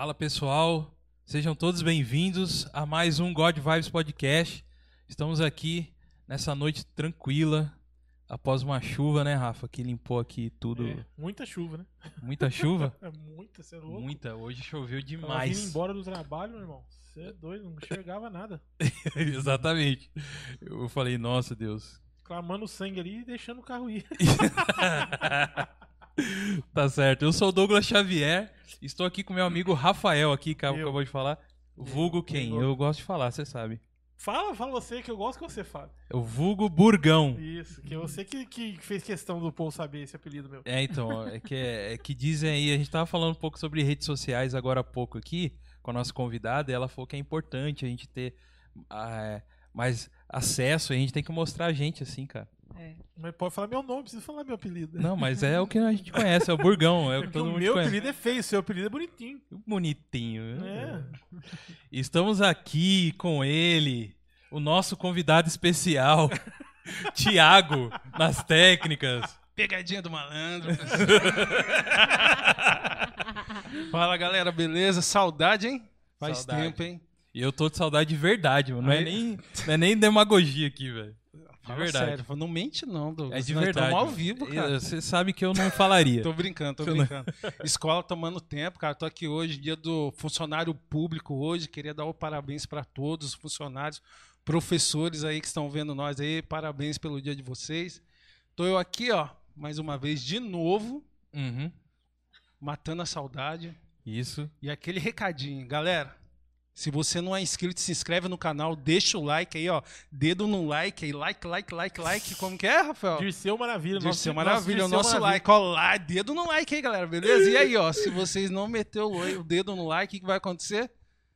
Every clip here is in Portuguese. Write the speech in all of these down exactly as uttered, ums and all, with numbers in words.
Fala pessoal, sejam todos bem-vindos a mais um God Vibes Podcast. Estamos aqui nessa noite tranquila, após uma chuva, né, Rafa, que limpou aqui tudo. É, muita chuva, né? Muita chuva? É muita, você é louco. Muita, hoje choveu Tava demais. vindo embora do trabalho, meu irmão. Você é doido, não enxergava nada. Exatamente. Eu falei, nossa Deus. Clamando sangue ali e deixando o carro ir. Tá certo. Eu sou o Douglas Xavier. Estou aqui com meu amigo Rafael aqui, que acabou de falar. Vulgo quem? Eu. Eu gosto de falar, você sabe. Fala, fala você, que eu gosto que você fale. É o Vulgo Burgão. Isso, que é você que, que fez questão do povo saber esse apelido meu. É, então, é que, é que dizem aí, a gente tava falando um pouco sobre redes sociais agora há pouco aqui, com a nossa convidada, e ela falou que é importante a gente ter ah, mais acesso, a gente tem que mostrar a gente assim, cara. É. Mas pode falar meu nome, precisa falar meu apelido. Não, mas é o que a gente conhece, é o Burgão. É o que todo o mundo meu conhece. apelido é feio, o seu apelido é bonitinho. Bonitinho. É. Estamos aqui com ele, o nosso convidado especial, Thiago, nas técnicas. Pegadinha do malandro. Fala, galera, beleza? Saudade, hein? Faz Saudade. tempo, hein? E eu tô de saudade de verdade, mano. Não é Aí- nem, não é nem demagogia aqui, velho. De Fala verdade. sério, fala, não mente não, Douglas. É de Nós verdade. estamos ao vivo, cara. Você sabe que eu não falaria. Tô brincando, tô Eu não- brincando. Escola tomando tempo, cara. Tô aqui hoje, dia do funcionário público hoje. Queria dar o parabéns para todos os funcionários, professores aí que estão vendo nós aí. Parabéns pelo dia de vocês. Tô eu aqui, ó, mais uma vez de novo, Uhum. matando a saudade. Isso. E aquele recadinho, galera. Se você não é inscrito, se inscreve no canal, deixa o like aí, ó. Dedo no like aí, like, like, like, like. Como que é, Rafael? Dirceu Maravilha. Dirceu nosso- Maravilha, o Dirceu nosso Maravilha. like. Ó, lá, dedo no like aí, galera, beleza? E aí, ó, se vocês não meter o dedo no like, o que que vai acontecer?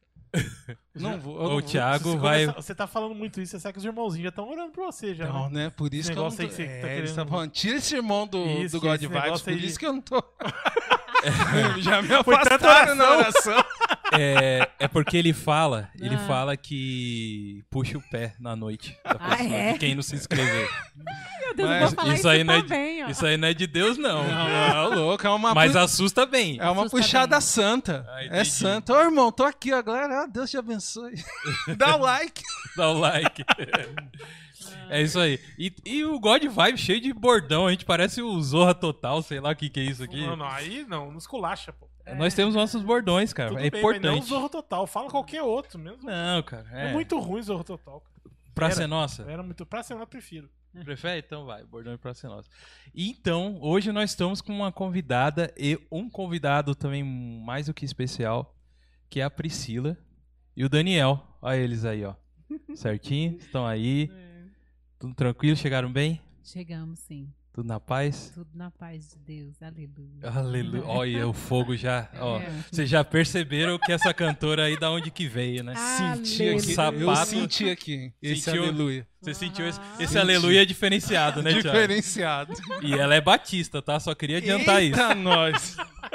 Não vou. eu não O vou. Thiago Você vai... começa- Você tá falando muito isso, você sabe que os irmãozinhos já estão orando por você já. Não, né? né? Por isso Esse que eu não negócio tô... aí que você é, tá eles querendo- tá falando, tira esse irmão do, Isso, do God esse Vibes, negócio por aí- isso que eu não tô... Já me Foi tanta afastaram na oração. oração. É, é porque ele fala, ele Ah. fala que puxa o pé na noite da Ah, pessoa, é? de quem não se inscrever. Meu Deus, Mas não vou falar isso isso, aí não é de- também, ó. Isso aí não é de Deus, não. Não, é louco, é uma... Mas pu- assusta bem. É uma Assusta puxada bem. santa. Ah, É entendi. santa. Ô, irmão, tô aqui, ó, galera. Ah, Deus te abençoe. Dá o like. Dá o like. É isso aí. E, e o God Vibe cheio de bordão. A gente parece o Zorra Total, sei lá o que, que é isso aqui. Não, não, aí não, nos culacha, pô. Nós temos nossos bordões, cara. Tudo é bem, mas não o importante. Zorro Total, fala qualquer outro mesmo. Não, cara. É, É, muito ruim o Zorro Total. Pra Era. ser nossa. Era muito. Pra ser, eu prefiro. Prefere? Então vai, bordão pra ser nosso. E então, hoje nós estamos com uma convidada e um convidado também mais do que especial, que é a Priscila e o Daniel. Olha eles aí, ó. Certinho? Estão aí. Tudo tranquilo? Chegaram bem? Chegamos, sim. Tudo na paz? Tudo na paz de Deus. Aleluia. Aleluia. Olha o fogo já. Ó, É. vocês já perceberam que essa cantora aí da onde que veio, né? Ah, Senti Aleluia. aqui. Sapato. Eu senti aqui. Esse Sentiu? aleluia. Você sentiu esse, Ah. esse Senti. aleluia diferenciado, né, Thiago? Diferenciado. E ela é batista, tá? Só queria adiantar isso. Eita, nós.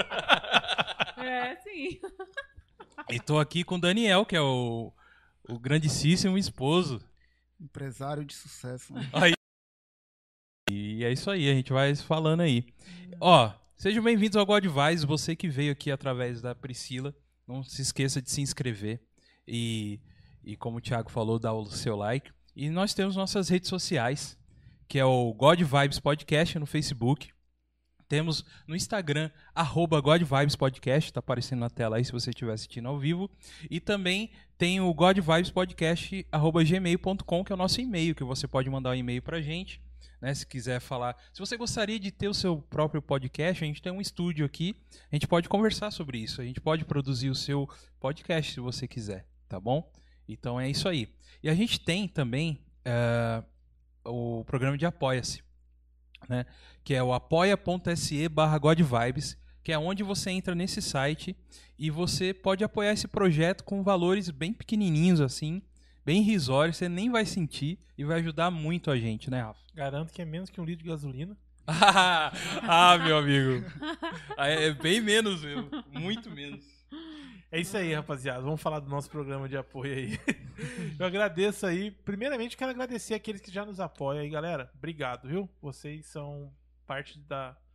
É, sim. E tô aqui com o Daniel, que é o, o grandíssimo esposo. Empresário de sucesso. Né? Aí. E é isso aí, a gente vai falando aí. Ó, sejam bem-vindos ao God Vibes, você que veio aqui através da Priscila. Não se esqueça de se inscrever e, e como o Thiago falou, dar o seu like. E nós temos nossas redes sociais, que é o God Vibes Podcast no Facebook. Temos no Instagram, arroba God Vibes Podcast, tá aparecendo na tela aí se você estiver assistindo ao vivo. E também tem o God Vibes Podcast, arroba gmail ponto com, que é o nosso e-mail, que você pode mandar um e-mail pra gente, né, se quiser falar. Se você gostaria de ter o seu próprio podcast, a gente tem um estúdio aqui, a gente pode conversar sobre isso, a gente pode produzir o seu podcast se você quiser, tá bom? Então é isso aí. E a gente tem também eh, o programa de Apoia-se, né, que é o apoia.se barra godvibes, que é onde você entra nesse site e você pode apoiar esse projeto com valores bem pequenininhos assim, bem irrisórios, você nem vai sentir e vai ajudar muito a gente, né, Rafa? Garanto que é menos que um litro de gasolina. Ah, meu amigo. É bem menos, meu. Muito menos. É isso aí, rapaziada. Vamos falar do nosso programa de apoio aí. Eu agradeço aí. Primeiramente, quero agradecer aqueles que já nos apoiam aí, galera. Obrigado, viu? Vocês são parte da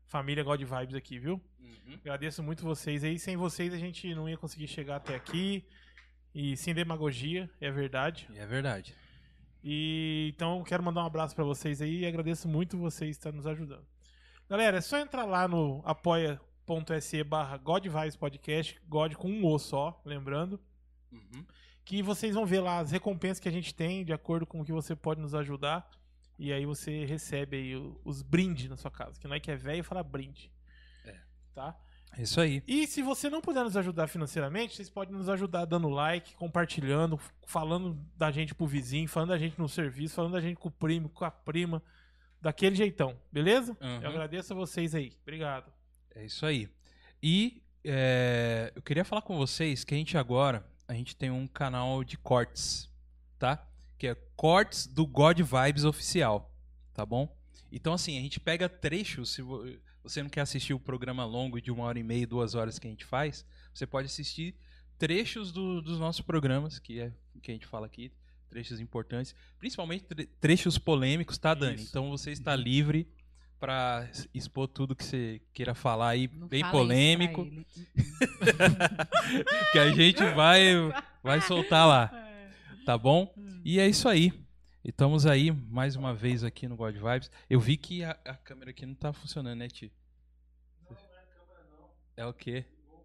família God Vibes aqui, viu? Uhum. Agradeço muito vocês aí. Sem vocês a gente não ia conseguir chegar até aqui. E sem demagogia, é verdade. É verdade. E então quero mandar um abraço pra vocês aí e agradeço muito vocês estar nos ajudando. Galera, é só entrar lá no apoia.se barra God Vibes Podcast, God com um O só, lembrando. Uhum. Que vocês vão ver lá as recompensas que a gente tem, de acordo com o que você pode nos ajudar. E aí você recebe aí o- os brindes na sua casa. Que não é que é velho falar brinde. É. Tá? É isso aí. E se você não puder nos ajudar financeiramente, vocês podem nos ajudar dando like, compartilhando, f- falando da gente pro vizinho, falando da gente no serviço, falando da gente com o primo, com a prima, daquele jeitão, beleza? Uhum. Eu agradeço a vocês aí. Obrigado. É isso aí. E é, eu queria falar com vocês que a gente agora, a gente tem um canal de cortes, tá? Que é Cortes do God Vibes Oficial, tá bom? Então assim, a gente pega trechos, se vo- você não quer assistir o programa longo de uma hora e meia, duas horas que a gente faz, você pode assistir trechos do- dos nossos programas, que é o que a gente fala aqui, trechos importantes, principalmente tre- trechos polêmicos, tá, Dani? Isso. Então você está livre pra expor tudo que você queira falar aí, Não bem fala isso polêmico, pra ele. que a gente vai, vai soltar lá, É. tá bom? E é isso aí. E estamos aí mais uma vez aqui no God Vibes. Eu vi que a, a câmera aqui não tá funcionando, né, Ti? Não, não é a câmera, não. É o quê?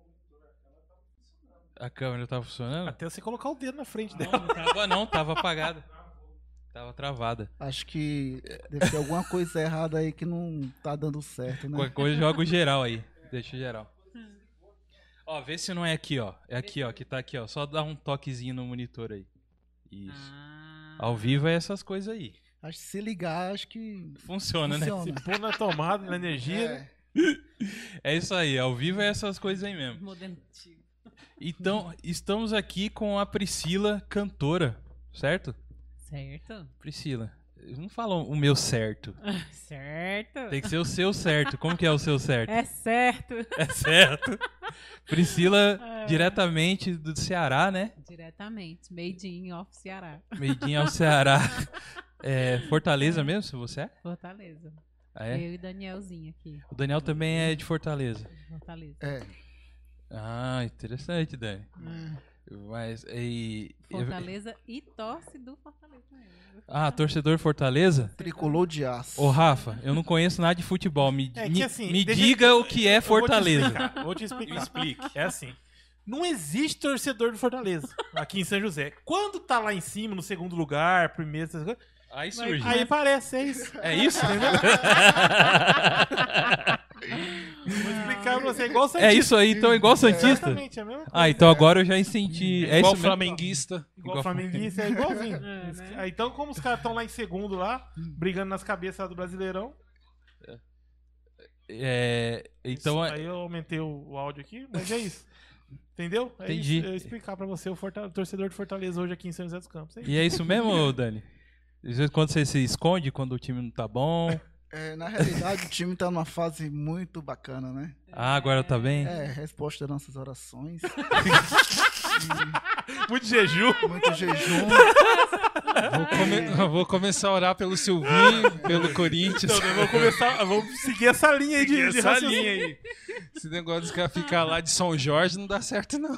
A câmera tá funcionando? Até você colocar o dedo na frente dela. Não, não tava não, tava apagada. Tava travada. Acho que deve ter alguma coisa errada aí que não tá dando certo, né? Qualquer coisa joga o geral aí. Deixa o geral. Ó, vê se não é aqui, ó. É aqui, ó, que tá aqui, ó. Só dá um toquezinho no monitor aí. Isso. Ah. Ao vivo é essas coisas aí. Acho que se ligar, acho que Funciona, né? funciona. Se pôr na tomada, na energia, né? É. É isso aí. Ao vivo é essas coisas aí mesmo. Modelo antigo. Então, estamos aqui com a Priscila, cantora, certo? Certo? Priscila, não fala o meu certo. Certo. Tem que ser o seu certo. Como que é o seu certo? É certo. É certo. Priscila, É. diretamente do Ceará, né? Diretamente. Made in off Ceará. Medinho ao Ceará. É, Fortaleza mesmo, se você é? Fortaleza. Ah, é? Eu e Danielzinho aqui. O Daniel também é de Fortaleza. Fortaleza. É. Ah, interessante, Dani. Hum. Mas, e... Fortaleza e torce do Fortaleza mesmo. Ah, torcedor Fortaleza? Tricolor de aço. Ô, Rafa, eu não conheço nada de futebol. Me, É que me- assim, me deixa- diga o que é Fortaleza. Vou te explicar. Vou te explicar. É assim. Não existe torcedor do Fortaleza aqui em São José. Quando tá lá em cima, no segundo lugar, primeiro, essas coisas, Aí surge. aí parece, é isso. É isso? Vou explicar pra você, é igual o Santista. É isso aí, então, igual Santista? Exatamente, é a mesma coisa. Ah, então agora eu já senti. É Igual isso mesmo? flamenguista. Igual flamenguista, é igualzinho. É, né? Aí, então, como os caras estão lá em segundo lá, brigando nas cabeças lá do Brasileirão, É, então, aí eu aumentei o, o áudio aqui, mas é isso. Entendeu? É Entendi. isso. Eu ia explicar pra você o Forta- torcedor de Fortaleza hoje aqui em São José dos Campos. É isso. e é isso mesmo, Dani? Às vezes quando você se esconde, quando o time não tá bom. É, na realidade, o time tá numa fase muito bacana, né? Ah, agora tá bem? É, resposta das nossas orações. Muito jejum. Muito jejum. Vou, come- vou começar a orar pelo Silvinho, pelo Corinthians. Então, eu vou começar, eu vou seguir essa linha aí de, de Essa raciocínio. linha aí. Esse negócio de ficar- ficar lá de São Jorge não dá certo, não.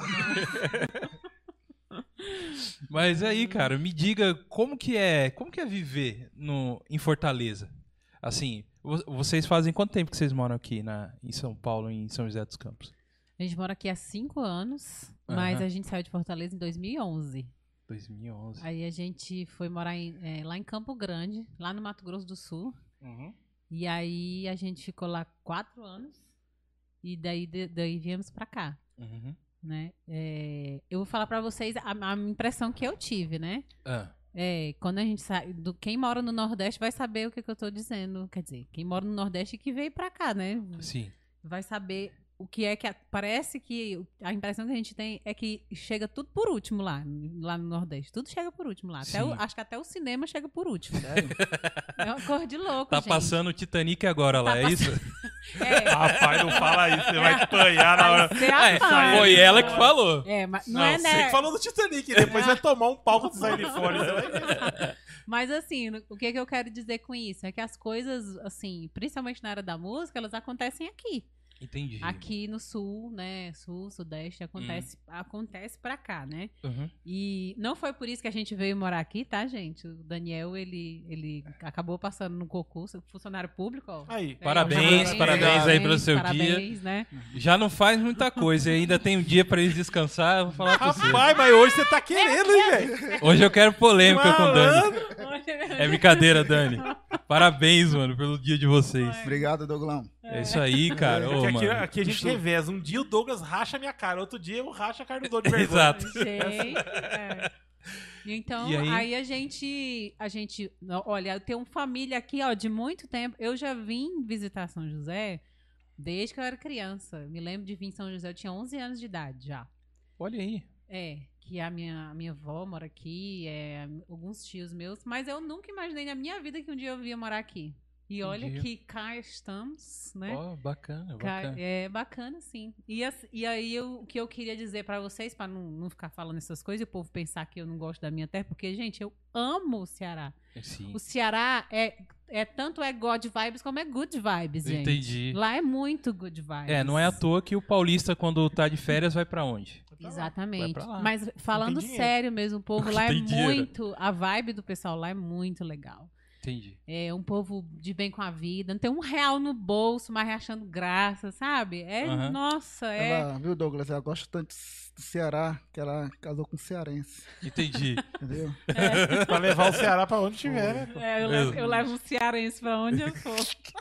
Mas aí, cara, me diga como que é, como que é viver no, em Fortaleza? Assim, vo- vocês fazem quanto tempo que vocês moram aqui na, em São Paulo, em São José dos Campos? A gente mora aqui há cinco anos, mas Aham. a gente saiu de Fortaleza em dois mil e onze. dois mil e onze. Aí a gente foi morar em- é, lá em Campo Grande, lá no Mato Grosso do Sul. Uhum. E aí a gente ficou lá quatro anos e daí, de- daí viemos pra cá, Uhum. né? É, eu vou falar pra vocês a, a impressão que eu tive, né? Ah, É, quando a gente sai, do, quem mora no Nordeste vai saber o que, que eu tô dizendo. Quer dizer, quem mora no Nordeste e que veio pra cá, né? sim. Vai saber o que é que... a- parece que a impressão que a gente tem é que chega tudo por último lá, lá no Nordeste. Tudo chega por último lá. Até o- Sim. acho que até o cinema chega por último. Sério? É uma cor de louco, Tá gente. passando o Titanic agora lá, Tá é isso? É, Rapaz, não fala isso, você vai apanhar na hora. você É, apanha. foi ela que falou. É, mas não, Não, é, você né? que falou do Titanic, depois vai tomar um pau quando sair de fora. Você vai ver. Mas assim, no- o que, que eu quero dizer com isso? É que as coisas, assim, principalmente na área da música, elas acontecem aqui. Entendi. Aqui no sul, né? Sul, sudeste, acontece, acontece pra cá, né? Uhum. E não foi por isso que a gente veio morar aqui, tá, gente? O Daniel, ele, ele acabou passando no concurso, funcionário público, ó. Aí. Parabéns, parabéns aí pelo seu parabéns, né? Já não faz muita coisa, e ainda tem um dia pra eles descansar. Eu vou falar pra você. Rapaz, mas hoje você tá querendo, hein, velho? Hoje eu quero polêmica com o Dani. Malandro. É brincadeira, Dani. Parabéns, mano, pelo dia de vocês. Obrigado, Douglão. É isso aí, cara. Ô, Porque aqui, mano. aqui a gente reveza. Um dia o Douglas racha a minha cara, outro dia eu racho a cara do Douglas de vergonha. Exato. Gente, é. Então, E aí? aí? a gente, a gente, olha, eu tenho uma família aqui, ó, de muito tempo. Eu já vim visitar São José desde que eu era criança. Me lembro de vir em São José, eu tinha onze anos de idade já. Olha aí. É, que a minha, a minha avó mora aqui, é, alguns tios meus, mas eu nunca imaginei na minha vida que um dia eu ia morar aqui. E olha Entendi. que cá estamos, né? Ó, bacana, Ca- bacana. É bacana, sim. E, as- e aí, eu- o que eu queria dizer pra vocês, pra não, não ficar falando essas coisas e o povo pensar que eu não gosto da minha terra, porque, gente, eu amo o Ceará. Sim. O Ceará é, é tanto é God vibes como é good vibes, gente. Entendi. Lá é muito good vibes. É, não é à toa que o paulista, quando tá de férias, vai pra onde? Exatamente. Vai pra lá. Mas falando dinheiro. sério mesmo, o povo lá é Tem dinheiro. muito. A vibe do pessoal lá é muito legal. Entendi. É um povo de bem com a vida, não tem um real no bolso, mas achando graça, sabe? É, Aham. nossa, é. Ela, viu, Douglas? Ela gosta tanto do Ceará que ela casou com um cearense. Entendi. Entendeu? Pra levar o Ceará pra onde tiver, né? pô? É, eu, levo, eu levo um cearense pra onde eu for.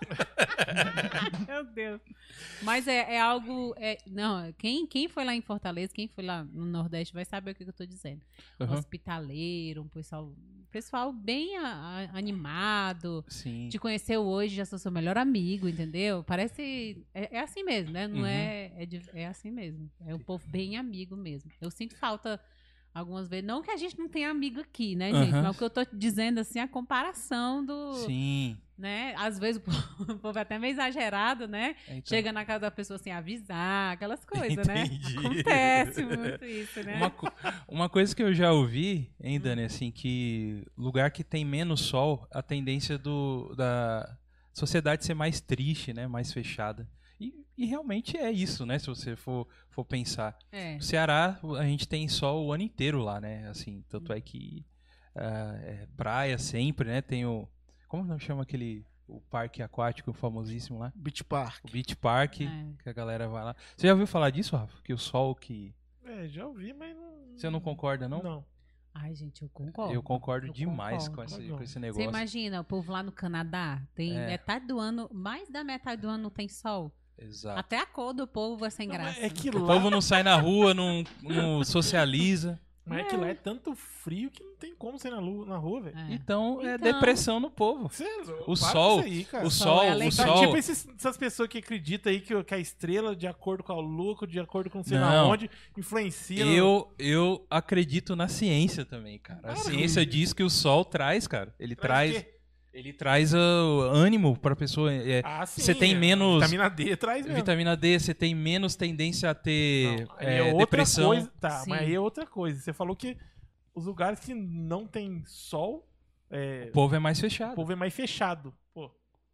Meu Deus. Mas é, é algo. É, não, quem, quem foi lá em Fortaleza, quem foi lá no Nordeste, vai saber o que eu tô dizendo. Uhum. Hospitaleiro, um pessoal, pessoal bem a- a- animado. Sim. Te conheceu hoje, já sou seu melhor amigo, entendeu? Parece. É, é assim mesmo, né? Não Uhum. é, é. de- É assim mesmo. É um povo bem amigo mesmo. Eu sinto falta. Algumas vezes, não que a gente não tenha amigo aqui, né, gente? Aham. Mas o que eu tô dizendo, assim, é a comparação do, Sim. né? Às vezes o povo, o povo é até meio exagerado, né? É, então. Chega na casa da pessoa sem avisar, aquelas coisas, né? Entendi. Acontece muito isso, né? Uma, co- uma coisa que eu já ouvi, hein, Dani, assim, que lugar que tem menos sol, a tendência do, da sociedade ser mais triste, né? Mais fechada. E, e realmente é isso, né? Se você for, for pensar. É. No Ceará, a gente tem sol o ano inteiro lá, né? Assim, tanto é que ah, é praia sempre, né? Tem o... Como não chama aquele... O parque aquático famosíssimo lá? Beach Park. O Beach Park, É. que a galera vai lá. Você já ouviu falar disso, Rafa? Que o sol que... É, já ouvi, mas não. Você não concorda, não? Não. Ai, gente, eu concordo. Eu concordo Eu demais concordo. com, esse, Não. com esse Você negócio. imagina, o povo lá no Canadá, tem É. metade do ano, mais da metade do ano não tem sol. Exato. Até a cor do povo é sem Não, mas graça. é que O lá, povo não sai na rua, não, não socializa. mas é que lá é tanto frio que não tem como ser na, lu- na rua, velho. É. Então, é Então- depressão no povo. Você é louco, O para sol- com isso aí, cara. O sol sol, é o alegria. Tá sol. tipo esses- essas pessoas que acreditam aí que, que a estrela, de acordo com a lua, de acordo com sei lá Não. onde, influencia. no- Eu, eu acredito na ciência também, cara. A Claro. ciência diz que o sol traz, cara. Ele Traz traz, o quê? ele traz ah, ânimo pra pessoa. É, Ah, sim, você tem é. menos- Vitamina D traz mesmo. vitamina D, você tem menos tendência a ter Não, aí é, é outra depressão. coisa. Tá, Sim. mas aí é outra coisa. Você falou que os lugares que não tem sol, é, O povo é mais o fechado. povo é mais fechado. Pô,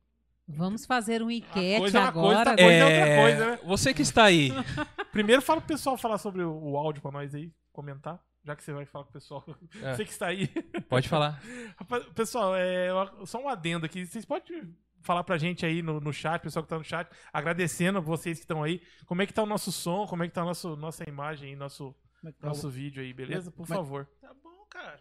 Vamos fazer um enquete coisa é uma coisa, agora. outra coisa é É, outra coisa, né? Você que está aí, Primeiro fala pro pessoal falar sobre o, o áudio pra nós aí, comentar. Já que você vai falar com o pessoal. É. Você que está aí. pode falar. Rapaz, pessoal, é, só um adendo aqui. Vocês podem falar pra gente aí no, no chat, pessoal que tá no chat, agradecendo vocês que estão aí. Como é que tá o nosso som, como é que tá a nosso, nossa imagem aí, nosso, Como é que tá nosso vídeo aí, beleza? Por Mas- favor. Tá bom, cara.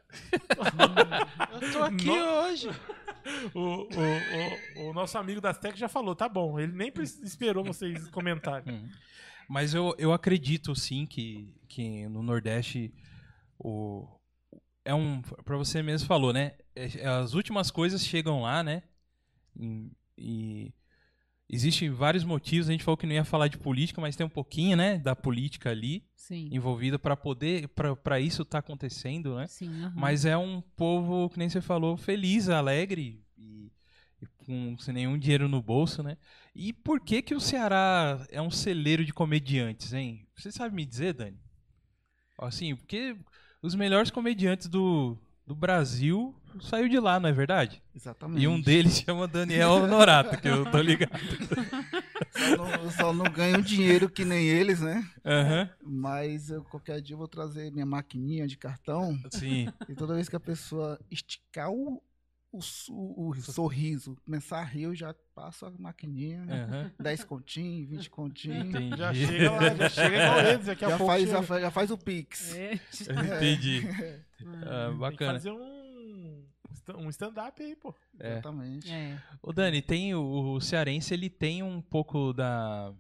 Eu tô aqui No- hoje. O, o, o, o nosso amigo das Tech já falou, tá bom. Ele nem pre- esperou vocês comentarem. Hum. Mas eu, eu acredito sim que, que no Nordeste o, é um. Pra você mesmo falou, né? É- as últimas coisas chegam lá, né? E, e existem vários motivos. A gente falou que não ia falar de política, mas tem um pouquinho, né? Da política ali Sim, envolvida para poder. para isso estar acontecendo, né? sim. aham. Mas é um povo, que nem você falou, feliz, alegre. E, e com sem nenhum dinheiro no bolso, né? E por que que o Ceará é um celeiro de comediantes, hein? Você sabe me dizer, Dani? Assim, porque os melhores comediantes do, do Brasil saiu de lá, não é verdade? Exatamente. E um deles chama Daniel Honorato, que eu tô ligado. Só não, só não ganho dinheiro que nem eles, né? Aham, Mas eu, qualquer dia eu vou trazer minha maquininha de cartão. sim. E toda vez que a pessoa esticar o, o, su- o sorriso, começar a rir, eu já passo a maquininha. Aham. dez continhos, vinte continhos. Entendi. Já chega lá, já chega igual eles, daqui a Já pouco faz, chega. já, faz, já faz o Pix. É. Entendi. Ah, Tem que bacana. fazer um, um stand-up aí, pô. É. Exatamente. É. Ô Dani, tem o, o cearense, ele tem um pouco da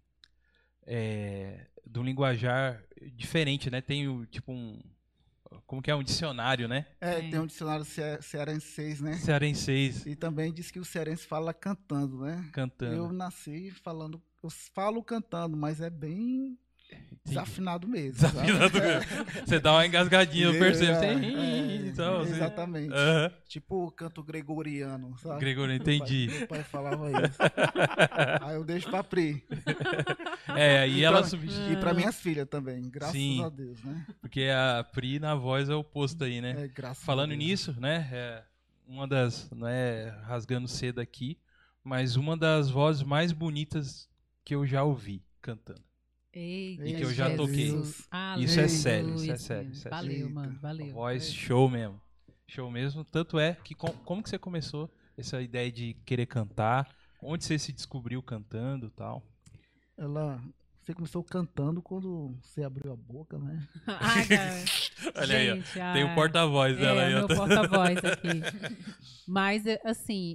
é, do linguajar diferente, né? Tem o tipo um como que é um dicionário, né? É, É. tem um dicionário ce- cearense, né? Cearenseis E também diz que o cearense fala cantando, né? cantando. Eu nasci falando, eu falo cantando, mas é bem desafinado mesmo. Desafinado sabe? mesmo. Você dá uma engasgadinha, eu percebo. É, Você- é, então, assim. exatamente. Aham. Tipo o canto gregoriano, sabe? Gregoriano, Meu pai- entendi. Meu pai falava isso. Aí eu deixo pra Pri. É, aí E ela pra- substitui. E pra minhas filhas também, graças Sim. a Deus, né? Porque a Pri na voz é o oposto aí, né? É, graças Falando a Deus. nisso, né? É uma das. Não é rasgando cedo aqui, mas uma das vozes mais bonitas que eu já ouvi cantando. Eita, E que eu já toquei. Jesus. Isso é Aleluia, sério, isso é Senhor. sério, isso é Valeu, sério. mano, valeu. Voz show mesmo. Show mesmo. Tanto é que com- como que você começou essa ideia de querer cantar? Onde você se descobriu cantando e tal? Ela, você começou cantando quando você abriu a boca, né? Ah, cara. Olha aí, ó. Gente, Tem o ah, porta-voz dela é, aí. o ó. meu porta-voz aqui. Mas, é, assim,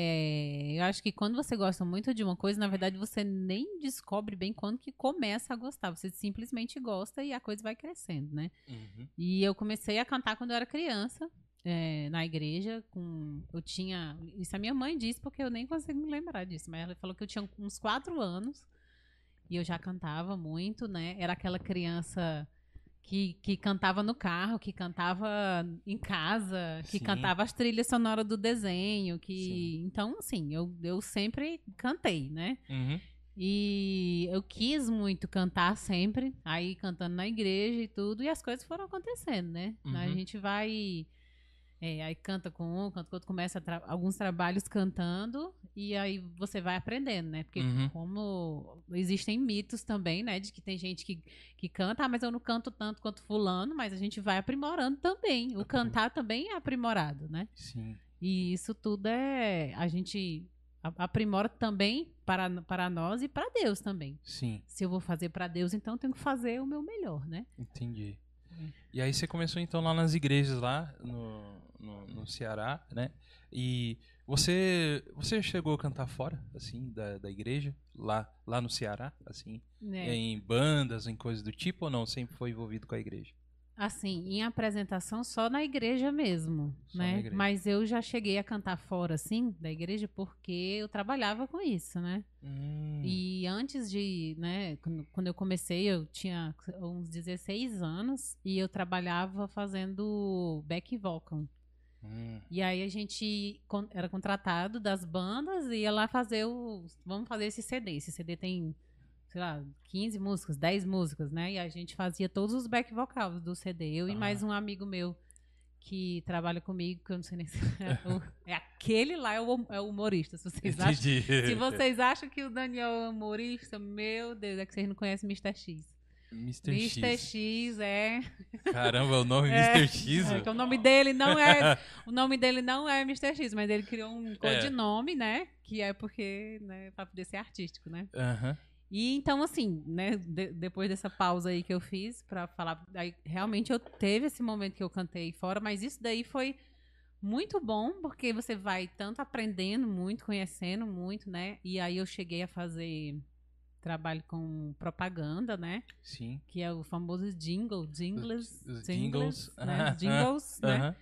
é, eu acho que quando você gosta muito de uma coisa, na verdade, você nem descobre bem quando que começa a gostar. Você simplesmente gosta e a coisa vai crescendo, né? Uhum. E eu comecei a cantar quando eu era criança, é, na igreja. Com, eu tinha... Isso a minha mãe disse, porque eu nem consigo me lembrar disso. Mas ela falou que eu tinha uns quatro anos e eu já cantava muito, né? Era aquela criança... Que, que cantava no carro, que cantava em casa, que Sim. cantava as trilhas sonoras do desenho, que Sim. então assim, eu, eu sempre cantei, né? Uhum. E eu quis muito cantar sempre, aí cantando na igreja e tudo, e as coisas foram acontecendo, né? Uhum. A gente vai é, aí canta com um, canta com outro, começa tra- alguns trabalhos cantando e aí você vai aprendendo, né? Porque Uhum. como existem mitos também, né? De que tem gente que, que canta, ah, mas eu não canto tanto quanto fulano, mas a gente vai aprimorando também. O cantar também é aprimorado, né? Sim. E isso tudo é... A gente a- aprimora também para, para nós e para Deus também. Sim. Se eu vou fazer para Deus, então eu tenho que fazer o meu melhor, né? Entendi. É. E aí você começou então lá nas igrejas lá no, no, no Ceará, né? E você você chegou a cantar fora, assim, da, da igreja, lá, lá no Ceará, assim, Né? em bandas, em coisas do tipo, ou não? Sempre foi envolvido com a igreja? Assim, em apresentação só na igreja mesmo, Só na né? igreja. Mas eu já cheguei a cantar fora, assim, da igreja, porque eu trabalhava com isso, né? Hum, E antes de, né, quando, quando eu comecei, eu tinha uns dezesseis anos e eu trabalhava fazendo back vocal. hum, E aí a gente con- era contratado das bandas e ia lá fazer o... Vamos fazer esse C D. Esse C D tem, sei lá, quinze músicas, dez músicas, né? E a gente fazia todos os back vocals do C D. Eu e Ah. mais um amigo meu que trabalha comigo, que eu não sei nem se é, o- é aquele lá, é o, é o humorista. Se vocês acham, entendi. se vocês acham que o Daniel é humorista, meu Deus, é que vocês não conhecem mister X. mister mister X. X é... Caramba, o nome É, mister X? É, que o nome dele não é o nome dele não é mister X, mas ele criou um codinome, né? Que é porque, né, para poder ser artístico, né? Aham. E então assim, né, de- depois dessa pausa aí que eu fiz pra falar, aí realmente eu teve esse momento que eu cantei fora, mas isso daí foi muito bom, porque você vai tanto aprendendo muito, conhecendo muito, né? E aí eu cheguei a fazer trabalho com propaganda, né? Sim. Que é o famoso jingle, jingles, Os- os jingles, jingles. né? Aham, Jingles, né? Aham.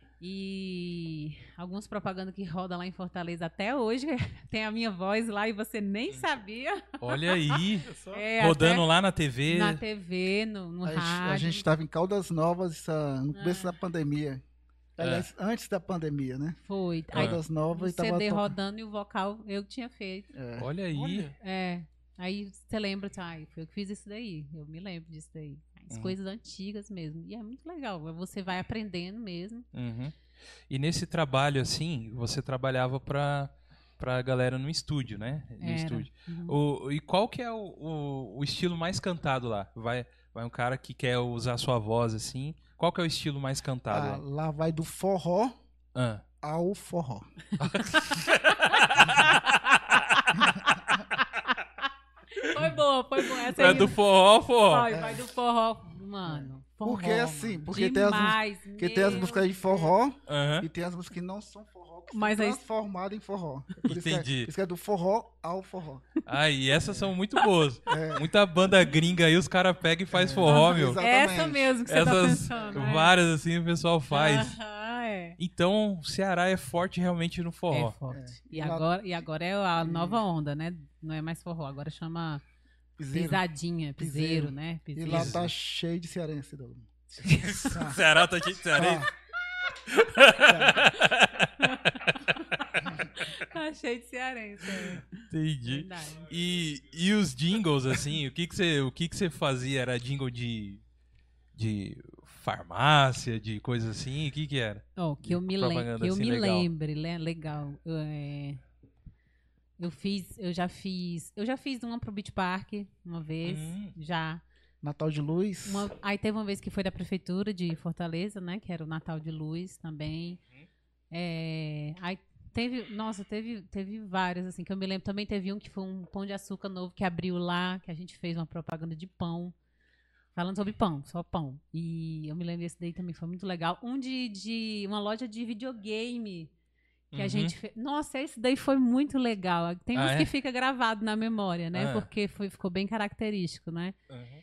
E algumas propagandas que rodam lá em Fortaleza até hoje tem a minha voz lá e você nem sabia. Olha aí. Só- É, Rodando até lá na T V. na T V, no, no A gente- rádio. A gente estava em Caldas Novas essa- no começo Ah. da pandemia. Pegar É. isso antes da pandemia, né? Foi. Ah. Aí Todas o novas e tava C D tocando. rodando e o vocal eu que tinha feito. É. Olha aí. Olha. É. Aí você lembra, ai, foi eu que fiz isso daí. Eu me lembro disso daí. As Uhum. coisas antigas mesmo. E é muito legal. Você vai aprendendo mesmo. Uhum. E nesse trabalho, assim, você trabalhava pra, pra galera no estúdio, né? No Era. estúdio. Uhum. O, e qual que é o, o, o estilo mais cantado lá? Vai, vai um cara que quer usar sua voz, assim. Qual que é o estilo mais cantado Ah, lá? lá vai do forró Ah. ao forró. Foi boa, foi boa. Essa É aí. do forró, forró. Vai, vai do forró, mano. Forró, Porque assim, mano. porque tem as mús- Demais, Porque tem as meu músicas de Deus. forró Aham. e tem as músicas que não são forró, que Mas são aí- transformadas em forró. Por isso que é- Entendi. por isso que é do forró ao forró. Ah, e essas são muito boas. É. Muita banda gringa aí, os caras pegam e faz forró, meu. Exato. Essa Exatamente. mesmo que você tá Essas pensando. é. várias, assim, o pessoal faz. Aham, é. Então, o Ceará é forte realmente no forró. É forte. E, Lá- agora, e agora é a nova onda, né? Não é mais forró, agora chama Piseiro. pisadinha, piseiro, Piseiro. né? E Piseiro. lá tá cheio de cearense, Douglas. O Ceará tá cheio de cearense. Tá cheio de cearense. É. Entendi. Verdade. E, e os jingles, assim, o que que você, o que que você fazia? Era jingle de, de farmácia, de coisa assim? O que que era? Ó, que eu me, lem Propaganda, que eu assim, me legal. lembre, né? Legal. Eu, é, eu fiz, eu já fiz, eu já fiz uma pro Beach Park uma vez, Hum. já. Natal de Luz. Uma- aí teve uma vez que foi da prefeitura de Fortaleza, né? Que era o Natal de Luz também. É, aí teve, nossa, teve, teve vários, assim, que eu me lembro. Também teve um que foi um pão de açúcar novo que abriu lá, que a gente fez uma propaganda de pão. Falando sobre pão, só pão. E eu me lembro desse daí também, foi muito legal. Um de, de uma loja de videogame que Uhum. a gente fez. Nossa, esse daí foi muito legal. Tem Ah, uns é? que fica gravado na memória, né? Ah. Porque foi, ficou bem característico, né?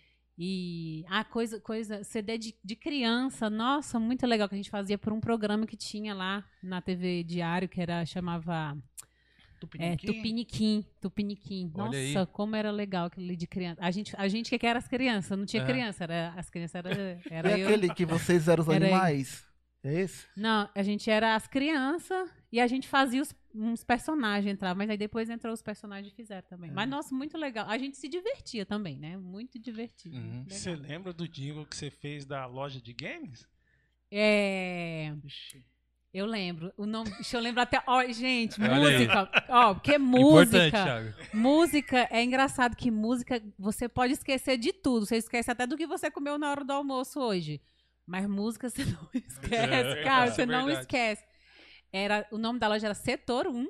E a coisa, coisa, C D de, de criança, nossa, muito legal que a gente fazia por um programa que tinha lá na T V Diário, que era, chamava é, Tupiniquim. Tupiniquim, Tupiniquim. Olha Nossa, aí. como era legal aquele de criança. A gente, a gente que era as crianças, não tinha Aham. criança, era, as crianças era, É era eu. aquele que vocês eram os Era animais? É esse? Não, a gente era as crianças e a gente fazia os, uns personagens entrar, mas aí depois entrou os personagens e fizeram também. Mas, nossa, muito legal. A gente se divertia também, né? Muito divertido. Uhum. muito Você legal. lembra do jingle que você fez da loja de games? É. Eu lembro. O nome. Deixa eu lembrar até. Ó, gente, Olha aí. música. Ó, porque Importante, música. Thiago. Música é engraçado que música você pode esquecer de tudo. Você esquece até do que você comeu na hora do almoço hoje. Mas música você não esquece, cara. É Você não verdade. esquece. Era, o nome da loja era Setor um.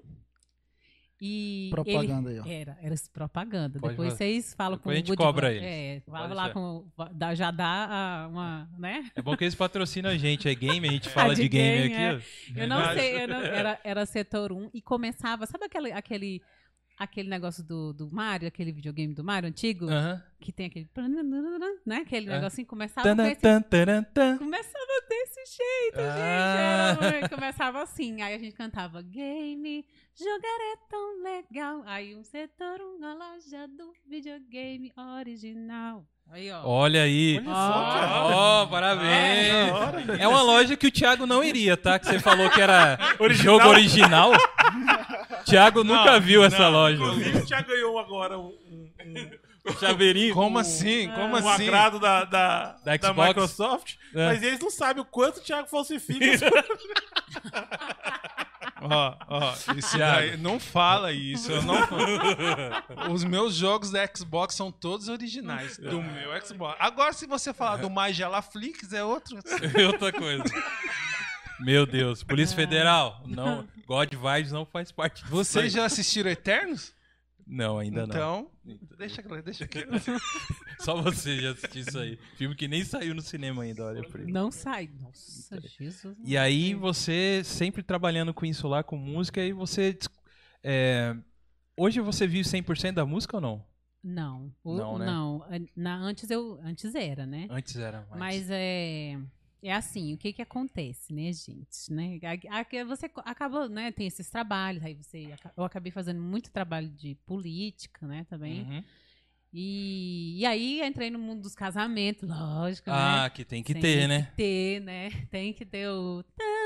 E Propaganda ele, aí, ó. Era, era esse propaganda. Pode Depois fazer. vocês falam Depois com a gente o Good cobra Vo- eles. É, fala Pode lá ser. com. dá- Já dá a- uma. Né? É bom que eles patrocinam a gente. É game, a gente fala de de game, game, aqui. ó. Eu não Verdade. sei, eu não- era, era setor um e começava, sabe aquele, aquele, aquele negócio do, do Mario, aquele videogame do Mario antigo? Aham. Que tem aquele. Né? Aquele É. negocinho começava com Tanan, esse. tan, taran, tan. Começava desse jeito, Ah. gente. Era muito- começava assim. Aí a gente cantava game, jogar é tão legal. Aí um setor, uma loja do videogame original. Aí, ó. Olha aí. Olha só, Ó. cara. Ó, parabéns. Da hora. É uma loja que o Thiago não iria, tá? Que você falou que era Original? jogo original. Thiago nunca Não, viu essa não. loja. Inclusive, já ganhou agora um, um, um, Chaveirinho. Como assim? Como um assim? agrado da, da, Da da Xbox? Microsoft, É. mas eles não sabem o quanto o Thiago falsifica. as Ó, ó, isso daí, não fala isso. Eu não falo. Os meus jogos da Xbox são todos originais do meu Xbox. Agora, se você falar do Magela Flix, é outro. É outra coisa. Meu Deus. Polícia Federal. Não, God Vibes não faz parte disso Vocês aí. já assistiram Eternos? Não, ainda Então, deixa, deixa aqui. não. Só você já assistiu isso aí. Filme que nem saiu no cinema ainda, olha pra ele. Não sai. Nossa, Jesus. E aí você sempre trabalhando com isso lá, com música, e você... des- é, hoje você vive cem por cento da música ou não? Não. O- Não, né? não. Na, antes, eu, antes era, né? Antes era mais. Mas é, é assim, o que que acontece, né, gente? Né? A- a- Você co- acaba, né, tem esses trabalhos, aí você, aca- eu acabei fazendo muito trabalho de política, né, também. Uhum. E, e aí entrei no mundo dos casamentos, lógico, Ah, né? que tem que Tem ter, que né? ter, né? Tem que ter o tan,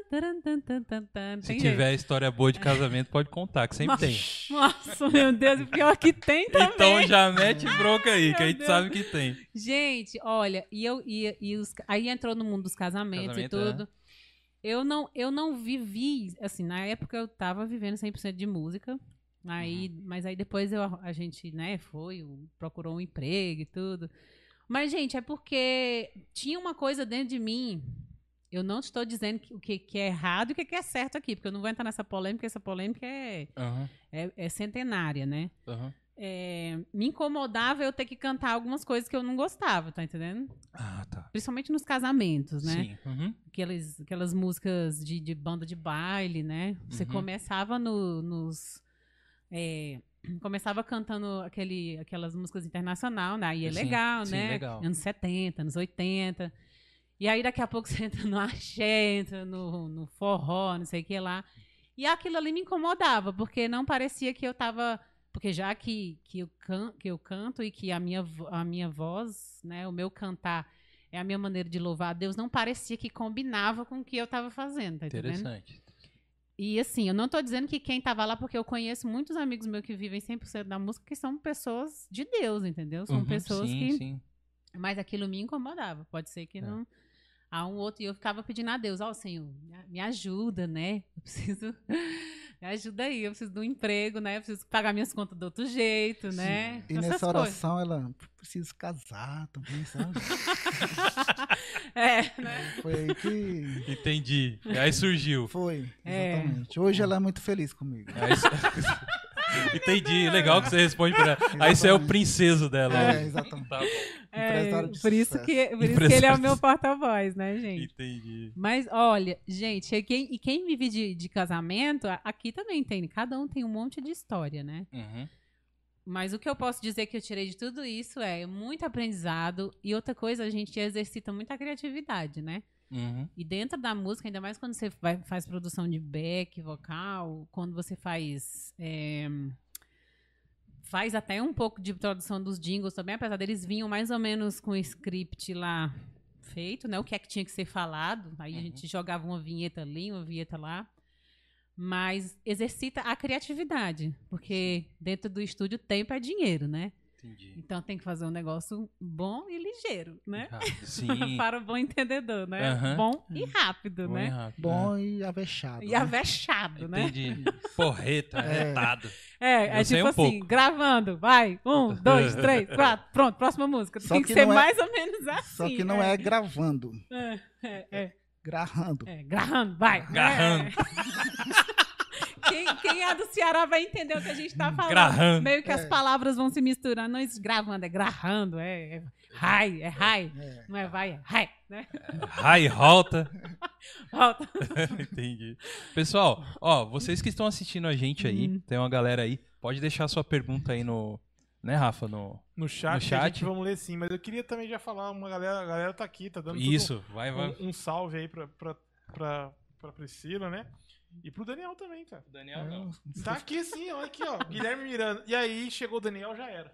taran, tan, tan, tan, tan. Se Tem tiver história boa de casamento, pode contar, que sempre tem. jeito. Nossa, meu Deus, o pior que tem também. Então já mete bronca aí, que a Meu gente Deus. sabe que tem. Gente, olha, e eu e, e os, aí entrou no mundo dos casamentos Casamento, e tudo. Eu não, eu não vivi, assim, na época eu tava vivendo cem por cento de música. Aí, Uhum. mas aí depois eu, a gente, né, foi, procurou um emprego e tudo. Mas, gente, é porque tinha uma coisa dentro de mim. Eu não estou dizendo que, o que, que é errado e o que, que é certo aqui, porque eu não vou entrar nessa polêmica, porque essa polêmica é, Aham, é, é centenária, né? aham. É, me incomodava eu ter que cantar algumas coisas que eu não gostava, tá entendendo? Ah, tá. Principalmente nos casamentos, né? Sim. Uhum. Aquelas, aquelas músicas de, de banda de baile, né? Você Uhum. começava no- nos... é, começava cantando aquele, aquelas músicas internacional, né? Aí é Sim, legal, sim, né? legal. Anos setenta, anos oitenta. E aí daqui a pouco você entra no axé, entra no, no forró, não sei o que lá. E aquilo ali me incomodava, porque não parecia que eu tava... Porque já que, que, eu, can, que eu canto e que a minha, vo- a minha voz, né? O meu cantar é a minha maneira de louvar a Deus, não parecia que combinava com o que eu estava fazendo, tá entendendo? Interessante. E assim, eu não tô dizendo que quem tava lá, porque eu conheço muitos amigos meus que vivem cem por cento da música, que são pessoas de Deus, entendeu? São Uhum, pessoas sim, que... Sim. Mas aquilo me incomodava. Pode ser que É. não... Há um outro, e eu ficava pedindo a Deus, ó, Senhor, me- me ajuda, né? Eu preciso... Me ajuda aí, eu preciso de um emprego, né? Eu preciso pagar minhas contas de outro jeito, né? E Essas nessa coisas. oração ela precisa casar também, sabe? É, né? Foi aí que. Entendi. Aí surgiu. Foi, É. exatamente. Hoje ela é muito feliz comigo. Aí su- Entendi. Legal que você responde pra ela. Aí você é o princeso dela. É, exatamente. Tá bom. É, Empresário de por isso, sucesso. que, por isso que Empresário ele é o de meu sucesso. porta-voz, né, gente? Entendi. Mas, olha, gente, e quem, e quem vive de, de casamento, a- aqui também tem, cada um tem um monte de história, né? Uhum. Mas o que eu posso dizer que eu tirei de tudo isso é muito aprendizado e outra coisa, a gente exercita muita criatividade, né? Uhum. E dentro da música, ainda mais quando você vai- faz produção de back, vocal, quando você faz... é, faz até um pouco de produção dos jingles também, apesar deles vinham mais ou menos com o script lá feito, né? O que é que tinha que ser falado. Aí a Uhum. gente jogava uma vinheta ali, uma vinheta lá. Mas exercita a criatividade, porque dentro do estúdio tempo é dinheiro, né? Entendi. Então tem que fazer um negócio bom e ligeiro, né? Ah, sim. Para o bom entendedor, né? Aham. Bom e rápido, Bom e né? rápido. Bom e avexado. E né? avexado, né? Entendi. Porreta, É. retado. É, Eu é sei tipo um assim, pouco. gravando, vai, um, dois, três, quatro, pronto, próxima música. Só Tem que, que ser não é- mais ou menos assim. Só que não é, gravando, É, é, é, gravando. é, gravando, vai. Garrando. É. Quem, quem é do Ceará vai entender o que a gente tá falando. Grahando. Meio que as É. palavras vão se misturando. Não existe gravando, é grahando, é, é high, é high. É. Não é vai, é high, né? Rai Rota. Volta. Entendi. Pessoal, ó, vocês que estão assistindo a gente aí, Hum. tem uma galera aí, pode deixar sua pergunta aí no... Né, Rafa? No... No chat, No que chat. a gente vamos ler sim, mas eu queria também já falar, uma galera, a galera tá aqui, tá dando tudo Isso, vai, vai. um, um salve aí pra, pra, pra, pra Priscila, né? E pro Daniel também, cara. Daniel É, Tá aqui sim, olha aqui, ó. Guilherme Miranda. E aí, chegou o Daniel, já era.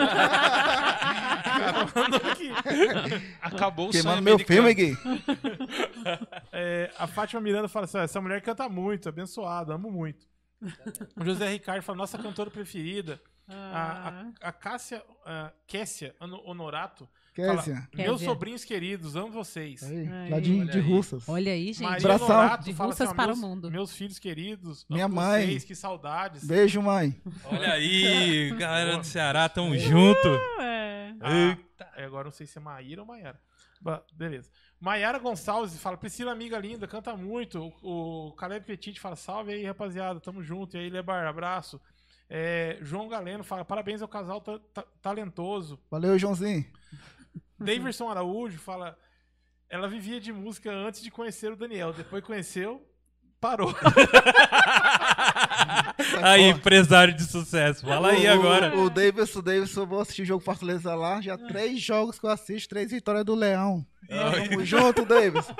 Mandou aqui. Acabou o sonho Queimando meu americano. filme, Gui. É, a Fátima Miranda fala assim: ó, essa mulher canta muito, abençoada, amo muito. O José Ricardo fala: nossa cantora preferida. A, Ah, a, a Cássia, a Kessia Ano- Honorato fala: Kézia. meus Kézia. sobrinhos queridos, amo vocês. Aí, Aí. lá de, Olha de aí. Russas. olha aí, gente. Maria Abração. Honorato De fala Russas assim, ó, para meus, o mundo. meus filhos queridos, Minha amo mãe. vocês, que saudades. Beijo, mãe. Olha aí, galera do Ceará, tamo junto. É. Ah, é, agora não sei se é Maíra ou Maiara. Ba- Beleza. Maiara Gonçalves fala: Priscila, amiga linda, canta muito. O, o Caleb Petit fala: salve aí, rapaziada, tamo junto. E aí, Lebar, abraço. É, João Galeno fala: parabéns ao casal ta- ta- talentoso. Valeu, Joãozinho. Daverson Araújo fala: ela vivia de música antes de conhecer o Daniel. Depois conheceu, parou. Aí, empresário de sucesso. Fala aí O- agora. O, o Davidson, o Davidson, eu vou assistir o jogo Fortaleza lá. Já três jogos que eu assisto, três vitórias do Leão. Tamo junto, Davidson.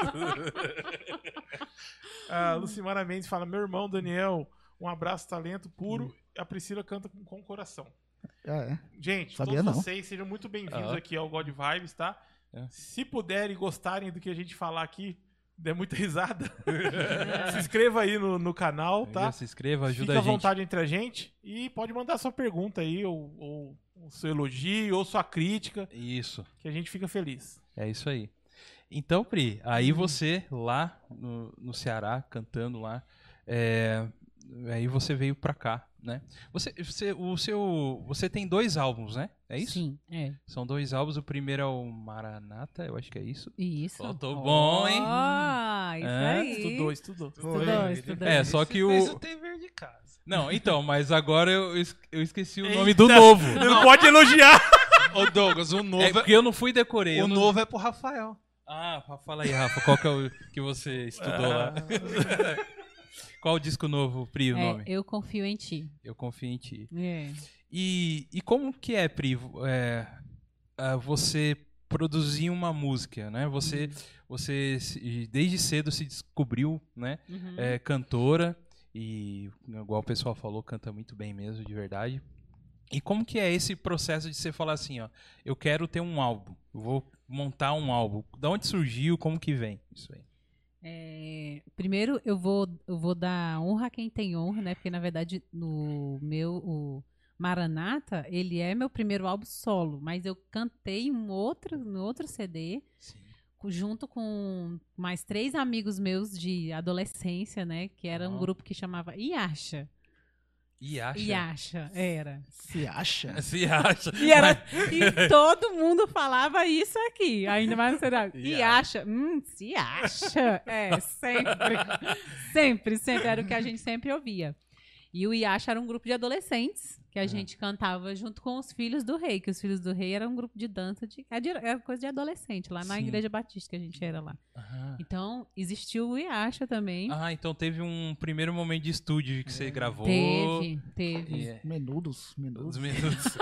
A Lucimara Mendes fala: meu irmão Daniel, um abraço, talento puro. A Priscila canta com, com o coração. Ah, é. Gente, Sabia todos não. vocês sejam muito bem-vindos Ah. aqui ao God Vibes, tá? É. Se puderem e gostarem do que a gente falar aqui, der muita risada, se inscreva aí no, no canal, tá? Já se inscreva, ajuda Fica a à gente. vontade entre a gente e pode mandar sua pergunta aí, ou, ou o seu elogio, ou sua crítica, Isso, que a gente fica feliz. é isso aí. Então, Pri, aí você lá no, no Ceará, cantando lá, é, aí você veio pra cá, né? Você, você, o seu, você tem dois álbuns, né? É isso? Sim, é. São dois álbuns. O primeiro é o Maranata, eu acho que é isso. Isso. Faltou bom, hein? Ah, isso É, aí. Estudou, estudou. Estudou, estudou. É, só que o... Fez o dever de casa. Não, então, mas agora eu, es- eu esqueci o Eita. nome do novo. Não pode elogiar! Ô, Douglas, o novo É é, porque eu não fui decorei. o eu não- novo é pro Rafael. Ah, fa- fala aí, Rafa, qual que é o que você estudou lá? Qual o disco novo, Pri, o É, eu confio em ti. Eu confio em ti. É. E, e como que é, Pri, é, ah, você produzir uma música, né? Você, você se- desde cedo se descobriu, né? Uhum. É, cantora e, igual o pessoal falou, canta muito bem mesmo, de verdade. E como que é esse processo de você falar assim, ó, eu quero ter um álbum, eu vou montar um álbum. Da onde surgiu, como que vem isso aí? É, primeiro eu vou, eu vou dar honra a quem tem honra, né? Porque na verdade no meu o Maranata, ele é meu primeiro álbum solo, mas eu cantei um outro, no outro C D, Sim. co- junto com mais três amigos meus de adolescência, né? Que era um Ó. grupo que chamava Iacha. E acha? Iacha, era. Se acha? Se acha. E, era, e todo mundo falava isso aqui, ainda mais no cenário. E E acha, hum, se acha. É, sempre. Sempre, sempre. Era o que a gente sempre ouvia. E o Iacha era um grupo de adolescentes que a Ah. gente cantava junto com os Filhos do Rei, que os Filhos do Rei eram um grupo de dança, de, era de- era coisa de adolescente, lá na Sim. Igreja Batista que a gente era lá. Ah. Então, existiu o Iacha também. Ah, então teve um primeiro momento de estúdio que você gravou. Teve, teve. É, Menudos, uns menudos. minutos.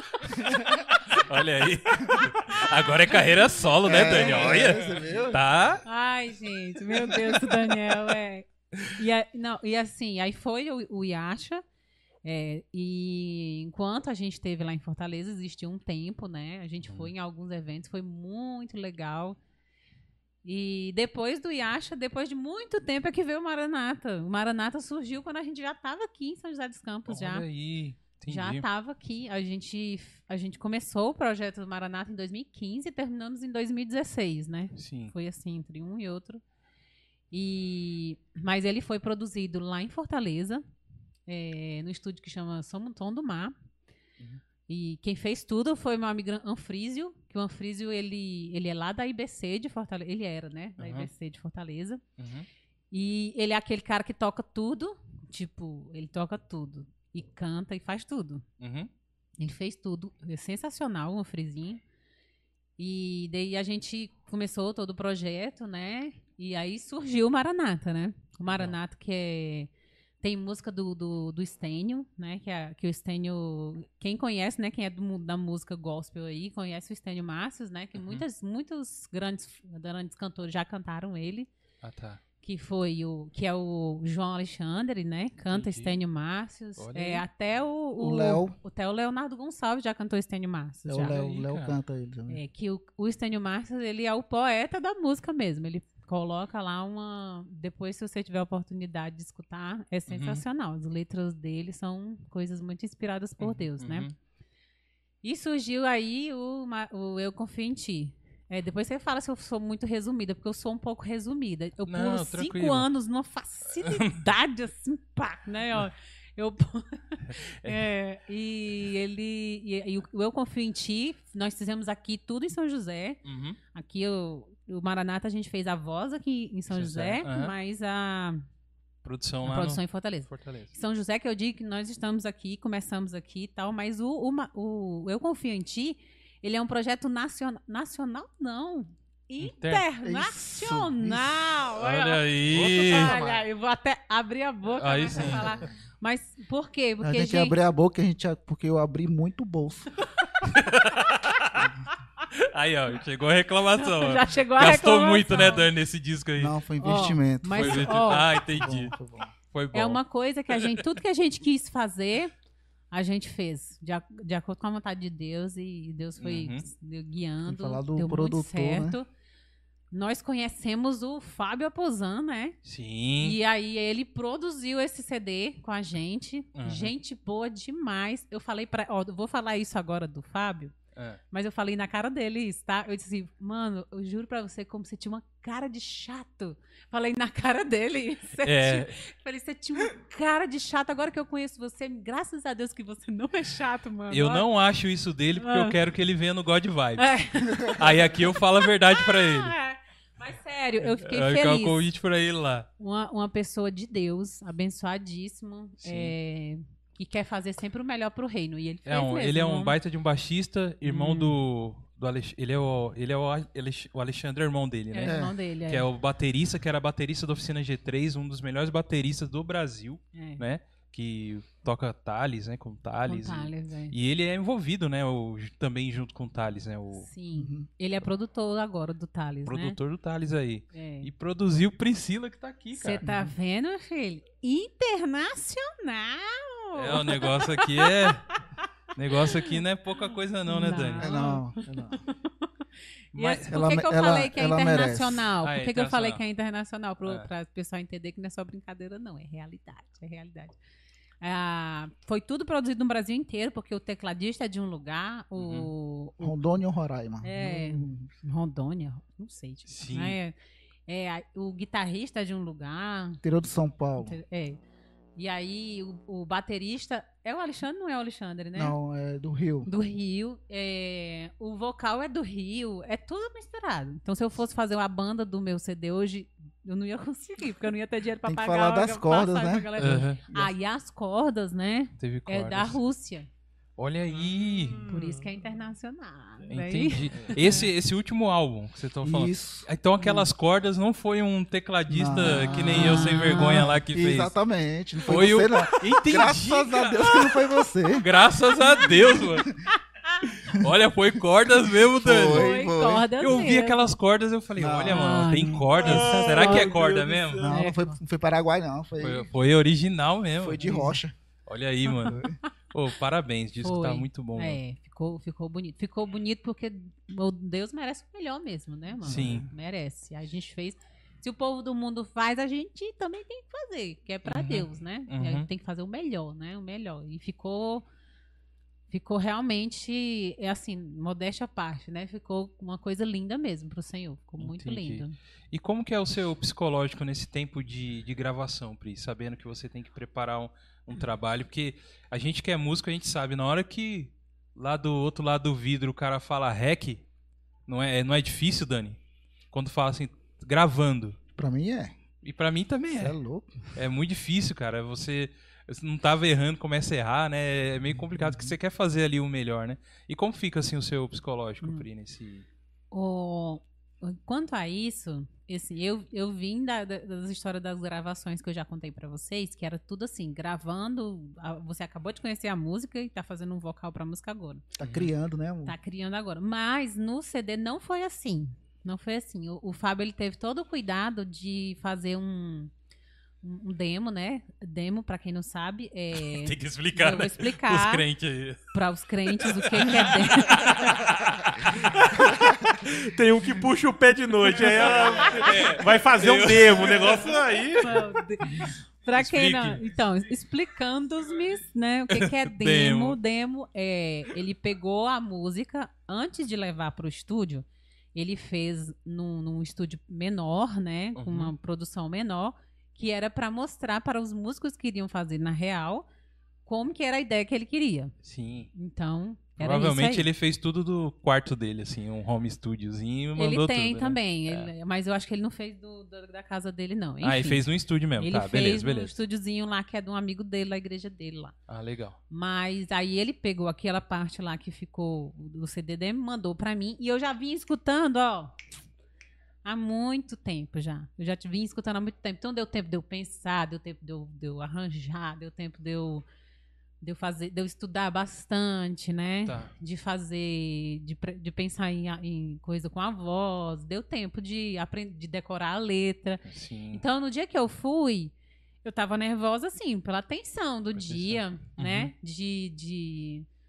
Olha aí. Agora é carreira solo, né, Daniel? Olha. Você viu? Tá. Ai, gente, meu Deus, o Daniel é. E, a- não, e assim, aí foi o, o Iacha. é, e enquanto a gente esteve lá em Fortaleza, existiu um tempo, né? A gente foi em alguns eventos, foi muito legal. E depois do Iacha, depois de muito tempo, é que veio o Maranata. O Maranata surgiu quando a gente já estava aqui em São José dos Campos, já. Olha aí. Entendi. Já estava aqui. A gente, a gente começou o projeto do Maranata em dois mil e quinze e terminamos em dois mil e dezesseis, né? Sim. Foi assim, entre um e outro. E, mas ele foi produzido lá em Fortaleza, é, no estúdio que chama Som Tom do Mar. Uhum. E quem fez tudo foi meu amigo Anfrísio, que o Anfrísio, ele, ele é lá da I B C de Fortaleza. Ele era, né? Da Uhum. I B C de Fortaleza. Uhum. E ele é aquele cara que toca tudo. Tipo, ele toca tudo. E canta e faz tudo. Uhum. Ele fez tudo. É sensacional, o Anfrizinho. E daí a gente começou todo o projeto, né? E aí surgiu o Maranata, né? O Maranata, que é... Tem música do, do, do Estênio, né? Que, é, que o Estênio... Quem conhece, né? Quem é do, da música gospel aí, conhece o Estênio Márcios, né? Que Uhum. muitas, muitos grandes, grandes cantores já cantaram ele. Ah, tá. Que foi o... Que é o João Alexandre, né? Canta Entendi. Estênio Márcios. Olha É, aí. até o... O Léo. Até o Leonardo Gonçalves já cantou Estênio Márcios. É já. o Léo, aí, o Léo cara. canta ele também. É, que o, o Estênio Márcios, ele é o poeta da música mesmo. Ele coloca lá uma... Depois, se você tiver a oportunidade de escutar, é sensacional. As letras dele são coisas muito inspiradas por Deus, né? Uhum. E surgiu aí o, Ma- o Eu Confio em Ti. É, depois você fala se eu sou muito resumida, porque eu sou um pouco resumida. Eu Não, pulo cinco tranquilo. anos numa facilidade, assim, pá, né? Ó, eu... É, e ele... E, e o Eu Confio em Ti, nós fizemos aqui tudo em São José. Uhum. Aqui o, o Maranata a gente fez a voz aqui em São São José, José, aham. mas a, Produção a lá produção no em Fortaleza. Fortaleza. São José, que eu digo que nós estamos aqui, começamos aqui e tal, mas o, o, ma- o Eu Confio em Ti, ele é um projeto nacional. Nacional, não. Inter- Internacional. Olha aí. Olha, eu vou até abrir a boca Aí né, pra sim. falar. Mas por quê? A Porque, gente, gente, abrir a boca, a gente, porque eu abri muito o bolso. Aí, ó, chegou a reclamação. ó. já chegou a Gastou reclamação. muito, né, Dani, nesse disco aí. Não, foi investimento. Mas, Foi muito- ó, Ah, Foi entendi. bom, foi bom. Foi bom. É uma coisa que a gente, tudo que a gente quis fazer, a gente fez, de, a- de acordo com a vontade de Deus, e Deus foi Uhum. deu- guiando, Tem que falar do deu produtor, muito certo. nós conhecemos o Fábio Aposan, né? Sim. E aí ele produziu esse C D com a gente. Uhum. Gente boa demais. Eu falei pra... Ó, eu vou falar isso agora do Fábio, É. mas eu falei na cara dele isso, tá? Eu disse assim, mano, eu juro pra você como você tinha uma cara de chato. Falei na cara dele. Você É. tinha... Falei, você tinha uma cara de chato. Agora que eu conheço você, graças a Deus que você não é chato, mano. Eu Ó. não acho isso dele porque Ah. eu quero que ele venha no God Vibes. É. Aí aqui eu falo a verdade pra ele. É. Mas sério, eu fiquei Vai ficar o feliz. convite pra ele lá. Uma, uma pessoa de Deus, abençoadíssimo, Sim. é, que quer fazer sempre o melhor pro reino. E ele fez É um, mesmo, ele é um homem- baita de um baixista, irmão Hum. do, do Alex, ele é o ele é o, Alex- o Alexandre, irmão dele, É o né? irmão dele, é. Que é o baterista, que era baterista da Oficina G três, um dos melhores bateristas do Brasil, É, né? Que toca Thales, né? Com com Thales. e- Thales, é. E, ele é envolvido, né? O, também junto com o Thales, né? O Sim. Uhum. Ele é produtor agora do Thales, produtor do Thales aí. né? É. E produziu Priscila, que tá aqui, Você cara. tá vendo, meu filho? Internacional! É, o negócio aqui é... negócio aqui não é pouca coisa não, né, Não. Dani? É não, é não. E Mas- assim, por Ela- que, que eu ela- falei que é ela internacional? merece. Por Ah, que, que eu falei internacional. que é internacional? Para É. o pessoal entender que não é só brincadeira, não. É realidade. É realidade. Ah, foi tudo produzido no Brasil inteiro, porque o tecladista é de um lugar, o, o- Rondônia ou Roraima? É. Hum. Rondônia, não sei. Tipo, Sim. né? É, a- o guitarrista é de um lugar. Interior de São Paulo. É. E aí o, o baterista é o Alexandre, não é o Alexandre, né? Não, é do Rio. Do Rio. É, o vocal é do Rio. É tudo misturado. Então, se eu fosse fazer uma banda do meu C D hoje, eu não ia conseguir, porque eu não ia ter dinheiro pra Tem que pagar. falar a- das a cordas, passagem né? pra galera. Aham. Ah, e as cordas, né? Teve É cordas. da Rússia. Olha aí. Por isso que é internacional. né? Entendi. Esse, esse último álbum que vocês estão falando. Isso. Então aquelas cordas não foi um tecladista Não. que nem eu sem vergonha lá que fez. Exatamente. Não foi, Foi você, o- não. Entendi. Graças a cara. Deus que não foi você. Graças a Deus, mano. Olha, foi cordas mesmo, Dani. Foi. Foi cordas Eu vi mesmo. aquelas cordas, eu falei, Não. olha, mano, tem Mano. cordas. Ah, Será que é meu corda Deus do mesmo? céu. Não, não foi, não foi Paraguai, não. Foi, Foi, foi original mesmo. foi de rocha. Olha aí, mano. Ô, parabéns, disso que tá Foi. muito bom. mano. É, ficou, ficou bonito. Ficou bonito porque o Deus merece o melhor mesmo, né, mano? Sim. Merece. A gente fez. Se o povo do mundo faz, a gente também tem que fazer, que é pra Uhum. Deus, né? Uhum. E a gente tem que fazer o melhor, né? O melhor. E ficou. Ficou realmente, é assim, modéstia à parte, né? Ficou uma coisa linda mesmo pro Senhor. Ficou muito Entendi. lindo. E como que é o seu psicológico nesse tempo de, de gravação, Pri? Sabendo que você tem que preparar um, um trabalho, porque a gente que é músico, a gente sabe, na hora que lá do outro lado do vidro o cara fala rec, não é, não é difícil, Dani? Quando fala assim, gravando. Pra mim é. E pra mim também Você é é. louco. É muito difícil, cara. Você, você não tava errando, começa a errar, né? É meio complicado, porque você quer fazer ali o melhor, né? E como fica, assim, o seu psicológico, Hum. Pri, nesse... O, quanto a isso, assim, eu, eu vim da- da- das histórias das gravações que eu já contei pra vocês, que era tudo assim, gravando, a- você acabou de conhecer a música e tá fazendo um vocal pra música agora. Tá criando, né, amor? Tá criando agora. Mas no C D não foi assim. Não foi assim. O, o Fábio, ele teve todo o cuidado de fazer um, um um demo, né? Demo, pra quem não sabe, é... Tem que explicar, eu vou né? explicar Os crentes aí. para os crentes o que, que é demo. Tem um que puxa o pé de noite, aí ela vai fazer um demo, o negócio aí. Pra quem não. Explique. Então, explicando-me, né, o que, que é Demo. demo. Demo é. Ele pegou a música antes de levar pro estúdio. Ele fez num, num estúdio menor, né? Com Uhum. uma produção menor, que era pra mostrar para os músicos que iriam fazer na real como que era a ideia que ele queria. Sim. Então, era Provavelmente isso aí. ele fez tudo do quarto dele, assim, um home studiozinho e mandou Ele tem tudo, né? também, ele- mas eu acho que ele não fez do, da, da casa dele, não. Ah, ele Enfim. fez no estúdio mesmo. Ele Tá, fez beleza, um beleza. estúdiozinho lá que é de um amigo dele, da igreja dele lá. Ah, legal. Mas aí ele pegou aquela parte lá que ficou do C D demo, mandou pra mim e eu já vinha escutando, ó, há muito tempo já. Eu já te vinha escutando há muito tempo. Então deu tempo de eu pensar, deu tempo de eu, de eu arranjar, deu tempo de eu, de eu fazer, de eu estudar bastante, né? Tá. De fazer, de, pre- de pensar em, em coisa com a voz, deu tempo de aprender, de decorar a letra. Sim. Então, no dia que eu fui, eu tava nervosa, assim, pela tensão do Pela dia, tensão. né? Uhum. De, de...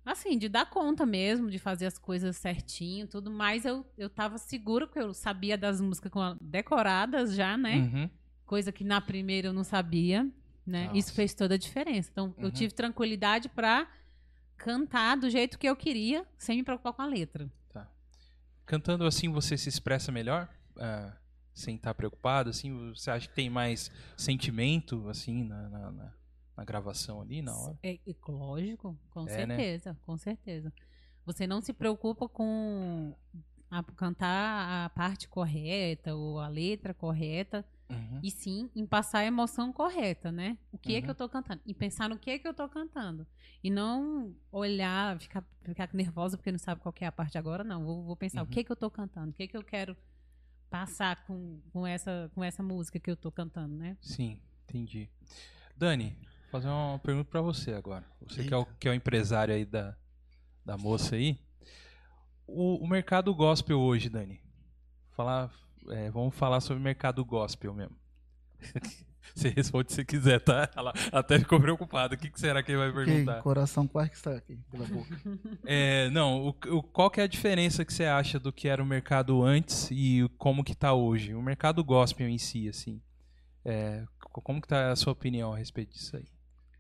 assim, de dar conta mesmo, de fazer as coisas certinho, tudo. Mas eu, eu tava segura, porque eu sabia das músicas com a- decoradas já, né? Uhum. Coisa que na primeira eu não sabia, né? Nossa. Isso fez toda a diferença. Então, eu Uhum. tive tranquilidade pra cantar do jeito que eu queria, sem me preocupar com a letra. Cantando assim, você se expressa melhor? Ah, sem estar preocupado, assim? Você acha que tem mais sentimento, assim, na, na, na- na gravação ali, na hora? É, é lógico, com É, né? certeza, com certeza. Você não se preocupa com a- cantar a parte correta ou a letra correta, Uhum. e sim em passar a emoção correta, né? O que é que Uhum. eu tô cantando? E pensar no que é que eu tô cantando. E não olhar, ficar, ficar nervosa porque não sabe qual que é a parte agora, não. Vou, vou pensar Uhum. o que é que eu tô cantando, o que é que eu quero passar com, com, essa, com essa música que eu tô cantando, né? Sim, entendi. Dani, vou fazer uma pergunta pra você agora. Você que é, o, Eita. que é o empresário aí da, da moça aí. O, o mercado gospel hoje, Dani. Falar, é, vamos falar sobre o mercado gospel mesmo. Você responde se quiser, tá? Ela até ficou preocupada. O que, que será que ele vai Que perguntar? coração quase que está aqui pela boca. É, não, o, o- qual que é a diferença que você acha do que era o mercado antes e o- como que tá hoje? O mercado gospel em si, assim. É, co- como que tá a sua opinião a respeito disso aí?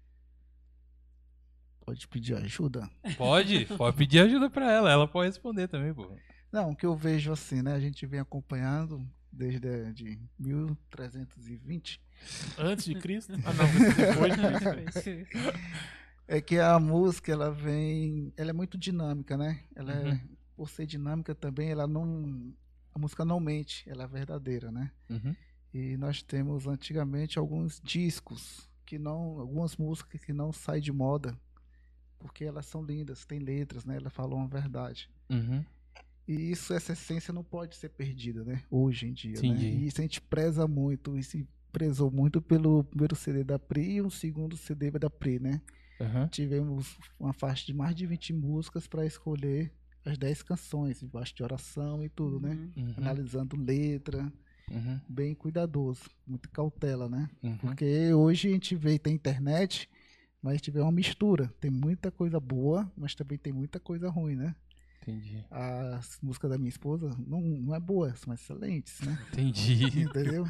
Pode pedir ajuda? Pode, pode pedir ajuda pra ela, ela pode responder também, pô. Não, o que eu vejo assim, né? A gente vem acompanhando desde de mil trezentos e vinte. Antes de Cristo? Ah, não, depois de Cristo. É que a música, ela vem... Ela é muito dinâmica, né? Ela Uhum. é... Por ser dinâmica também, ela não... A música não mente, ela é verdadeira, né? Uhum. E nós temos antigamente alguns discos que não... Algumas músicas que não saem de moda. Porque elas são lindas, têm letras, né? Elas falam a verdade. Uhum. E isso, essa essência não pode ser perdida, né? Hoje em dia, né? Entendi. E isso a gente preza muito, e se prezou muito pelo primeiro C D da Pri e o segundo C D da Pri, né? Uhum. Tivemos uma faixa de mais de vinte músicas para escolher as dez canções, embaixo de oração e tudo, né? Uhum. Uhum. Analisando letra, Uhum. bem cuidadoso, muita cautela, né? Uhum. Porque hoje a gente vê, tem internet, mas a gente vê uma mistura. Tem muita coisa boa, mas também tem muita coisa ruim, né? Entendi. As músicas da minha esposa não, não é boa, são excelentes, né? Entendi. Entendeu?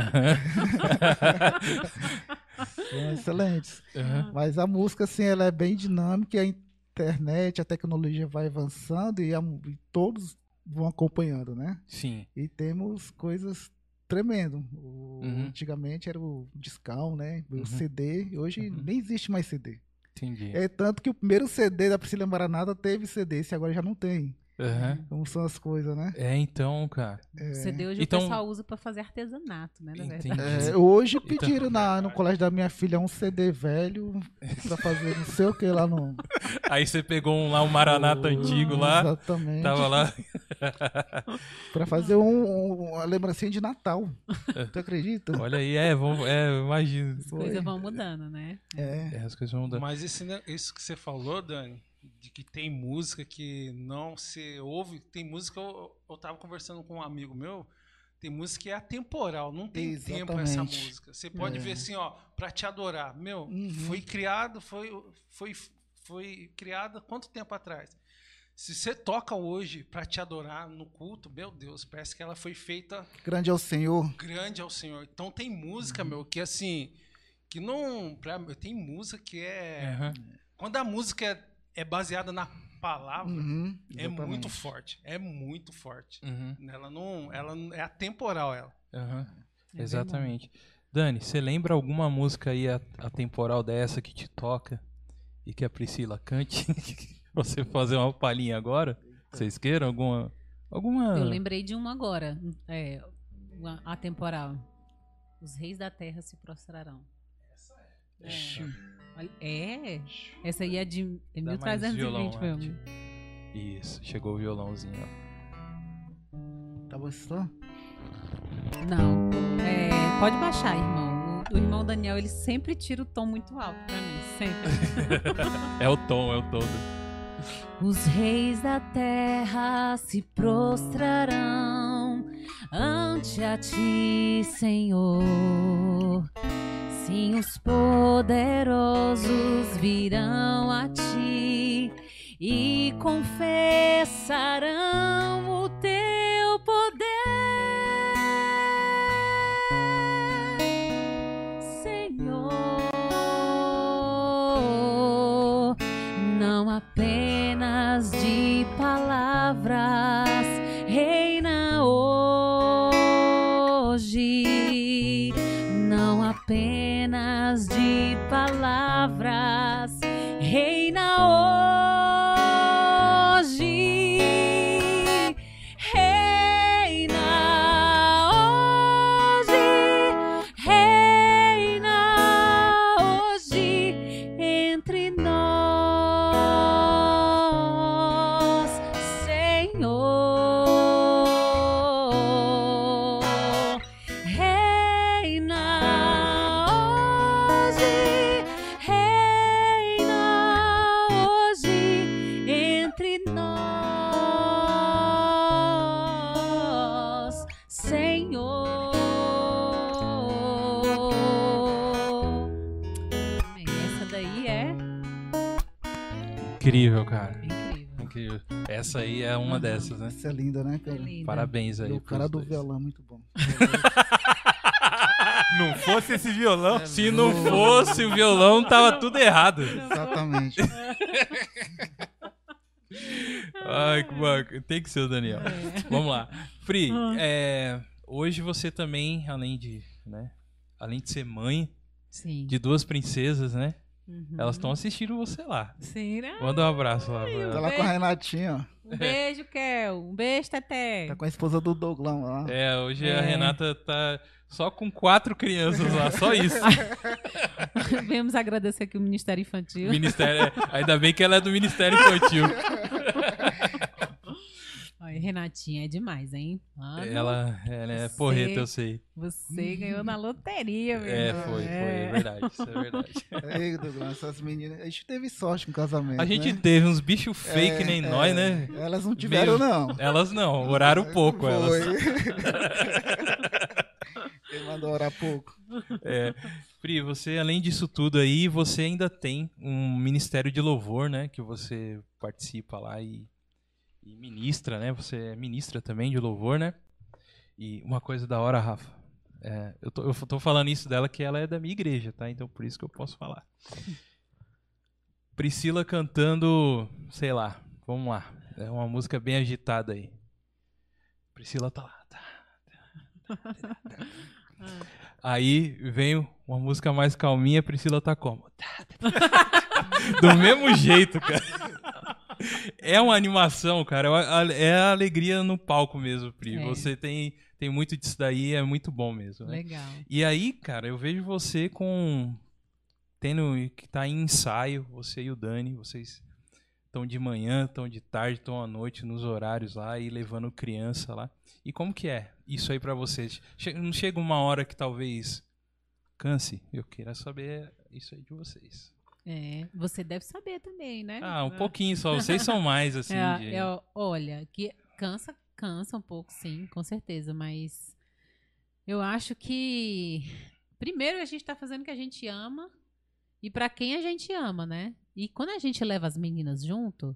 Uhum. São excelentes. Uhum. Mas a música, assim, ela é bem dinâmica, e a internet, a tecnologia vai avançando e, a- e todos vão acompanhando, né? Sim. E temos coisas tremendo. O- Uhum. Antigamente era o discão, né? O Uhum. C D, hoje Uhum. nem existe mais C D. Entendi. É tanto que o primeiro C D da Priscila Maranata teve C D, esse agora já não tem. Uhum. Como são as coisas, né? É, então, cara. O C D hoje Então- o pessoal usa pra fazer artesanato, né? Na Entendi. verdade. É, hoje Então- pediram na, no colégio da minha filha um C D velho pra fazer não sei o que lá no. Aí você pegou um lá, um Maranata antigo lá, Exatamente. tava lá. Pra fazer um, um- uma lembrancinha de Natal. Tu acredita? Olha aí, é, vamos, é, eu imagino. As coisas vão mudando, né? É. É, as coisas vão mudando. Mas esse ne- isso que você falou, Dani, de que tem música que não se ouve, tem música, eu, eu tava conversando com um amigo meu, tem música que é atemporal, não tem tempo essa Exatamente. música. Você pode É. ver assim, ó, pra te adorar. Meu, Uhum. foi criado, foi, foi, foi criada quanto tempo atrás? Se você toca hoje pra te adorar no culto, meu Deus, parece que ela foi feita Grande é o Senhor. grande ao Senhor. Então tem música, meu, que assim, que não, pra, tem música que é, Uhum. quando a música é, é baseada na palavra, Uhum, é exatamente. muito forte, é muito forte. Uhum. Ela não, ela não- é atemporal ela. Uhum. É Exatamente. Dani, você lembra alguma música aí a- atemporal dessa que te toca e que a Priscila cante? Você fazer uma palhinha agora? Vocês queiram alguma? Alguma? Eu lembrei de uma agora, é, uma atemporal. Os reis da terra se prostrarão. É, é. Essa aí é de é Dá mil mais trezentos e violão, vinte né, mesmo. Isso, chegou o violãozinho. Ó. Tá bom, só? Não. É, pode baixar, irmão. O, o irmão Daniel, ele sempre tira o tom muito alto pra mim. Sempre. É o tom, é o tom. do- Os reis da terra se prostrarão ante a ti, Senhor. Sim, os poderosos virão a ti e confessarão o teu poder, Senhor. Não apenas de palavras, reina hoje. Não apenas de palavras, reina hoje. Reina hoje, reina hoje entre nós, Senhor. Reina hoje, reina hoje entre nós, Senhor. Amém. Essa daí é Incrível, cara. incrível. Incrível. Essa aí é uma dessas, né? Essa é linda, né, cara? Linda. Parabéns aí. E o cara pros do dois. violão é muito bom. Não fosse esse violão. Se não fosse o violão, tava tudo errado. Exatamente. Ai, que bacana. Tem que ser o Daniel. Vamos lá. Pri, é, hoje você também, além de, né, além de ser mãe Sim. de duas princesas, né? Uhum. Elas estão assistindo você lá. Sim, né? Manda um abraço lá. pra Tá ela. lá com a Renatinha, ó. Um beijo, Kel. Um beijo, Teté. Tá com a esposa do Douglão lá. É, hoje a É. Renata tá só com quatro crianças lá, só isso. Vamos agradecer aqui o Ministério Infantil. Ministério, é, ainda bem que ela é do Ministério Infantil. Olha, Renatinha é demais, hein? Mano, Ela, ela é Você- porreta, eu sei. Você ganhou na loteria, meu É, irmão. foi, foi, é verdade, isso é verdade. Ei, Douglão, essas meninas. A gente teve sorte com o casamento. A gente né? teve uns bichos fake É, nem é, nós, né? Elas não tiveram, Meio- não. Elas não, oraram pouco, Foi. elas. Ele mandou orar pouco. É. Pri, você, além disso tudo aí, você ainda tem um ministério de louvor, né? Que você participa lá e, e ministra, né? Você é ministra também de louvor, né? E uma coisa da hora, Rafa. é, eu, tô, eu tô falando isso dela que ela é da minha igreja, tá? Então por isso que eu posso falar. Priscila cantando, sei lá, vamos lá. É uma música bem agitada aí. Priscila tá lá. Tá, tá, tá, tá. Aí vem uma música mais calminha, Priscila tá como? Do mesmo jeito, cara. É uma animação, cara. É a alegria no palco mesmo, Pri. É. Você tem, tem muito disso daí, é muito bom mesmo, né? Legal. E aí, cara, eu vejo você com... Tendo que tá em ensaio, você e o Dani, vocês estão de manhã, estão de tarde, estão à noite nos horários lá e levando criança lá. E como que é isso aí pra vocês? Che- Não chega uma hora que talvez canse? Eu queria saber isso aí de vocês. É, você deve saber também, né? Ah, um É. pouquinho só. Vocês são mais, assim, É, de... é, olha, que cansa, cansa um pouco, sim, com certeza, mas eu acho que primeiro a gente tá fazendo o que a gente ama e pra quem a gente ama, né? E quando a gente leva as meninas junto,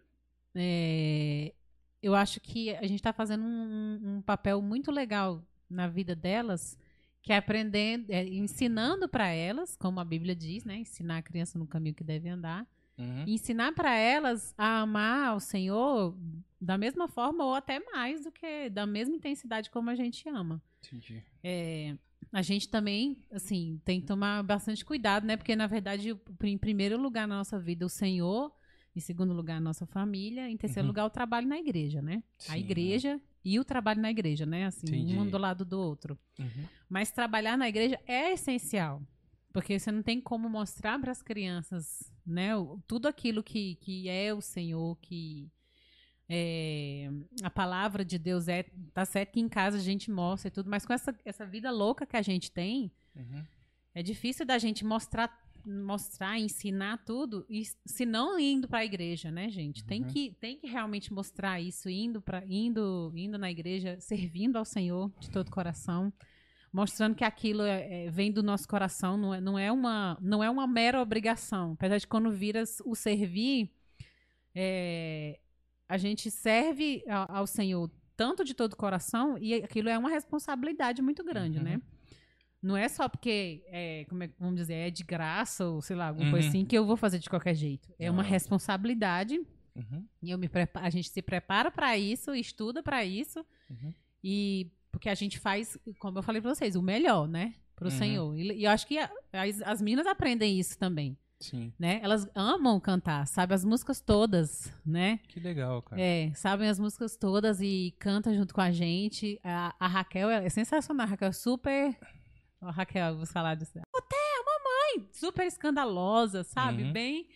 é, eu acho que a gente tá fazendo um, um papel muito legal na vida delas, que é aprendendo, é, ensinando pra elas, como a Bíblia diz, né? Ensinar a criança no caminho que deve andar. Uhum. E ensinar para elas a amar ao Senhor da mesma forma ou até mais do que da mesma intensidade como a gente ama. Entendi. É, a gente também, assim, tem que tomar bastante cuidado, né? Porque, na verdade, o- em primeiro lugar na nossa vida, o Senhor, em segundo lugar, a nossa família, em terceiro Uhum. lugar, o trabalho na igreja, né? A Sim, igreja e o trabalho na igreja, né? Assim, Entendi. um do lado do outro. Uhum. Mas trabalhar na igreja é essencial. Porque você não tem como mostrar para as crianças, né, o- tudo aquilo que, que é o Senhor, que é, a palavra de Deus é. Tá certo que em casa a gente mostra e tudo, mas com essa, essa vida louca que a gente tem, Uhum. é difícil da gente mostrar, mostrar, ensinar tudo, e, se não indo para a igreja, né, gente? Tem, Uhum. que, tem que realmente mostrar isso, indo, pra, indo, indo na igreja, servindo ao Senhor de todo o coração, mostrando que aquilo é, é, vem do nosso coração, não é, não, é uma, não é uma mera obrigação. Apesar de quando vira o servir, é, a gente serve ao, ao Senhor tanto de todo o coração e aquilo é uma responsabilidade muito grande, Uhum. né? Não é só porque, é, como é, que vamos dizer, é de graça ou sei lá, alguma Uhum. coisa assim que eu vou fazer de qualquer jeito. É uma Não. responsabilidade Uhum. e eu me prepa- a gente se prepara para isso, estuda para isso Uhum. e porque a gente faz, como eu falei para vocês, o melhor, né? Pro Uhum. Senhor. E, e eu acho que a- as, as meninas aprendem isso também, Sim. né? Elas amam cantar, sabem as músicas todas, né? Que legal, cara. É, sabem as músicas todas e cantam junto com a gente. A, a Raquel é sensacional. A Raquel é super. Ó, Raquel, vou falar disso. Ô, Té, mamãe! Super escandalosa, sabe? Uhum. Bem.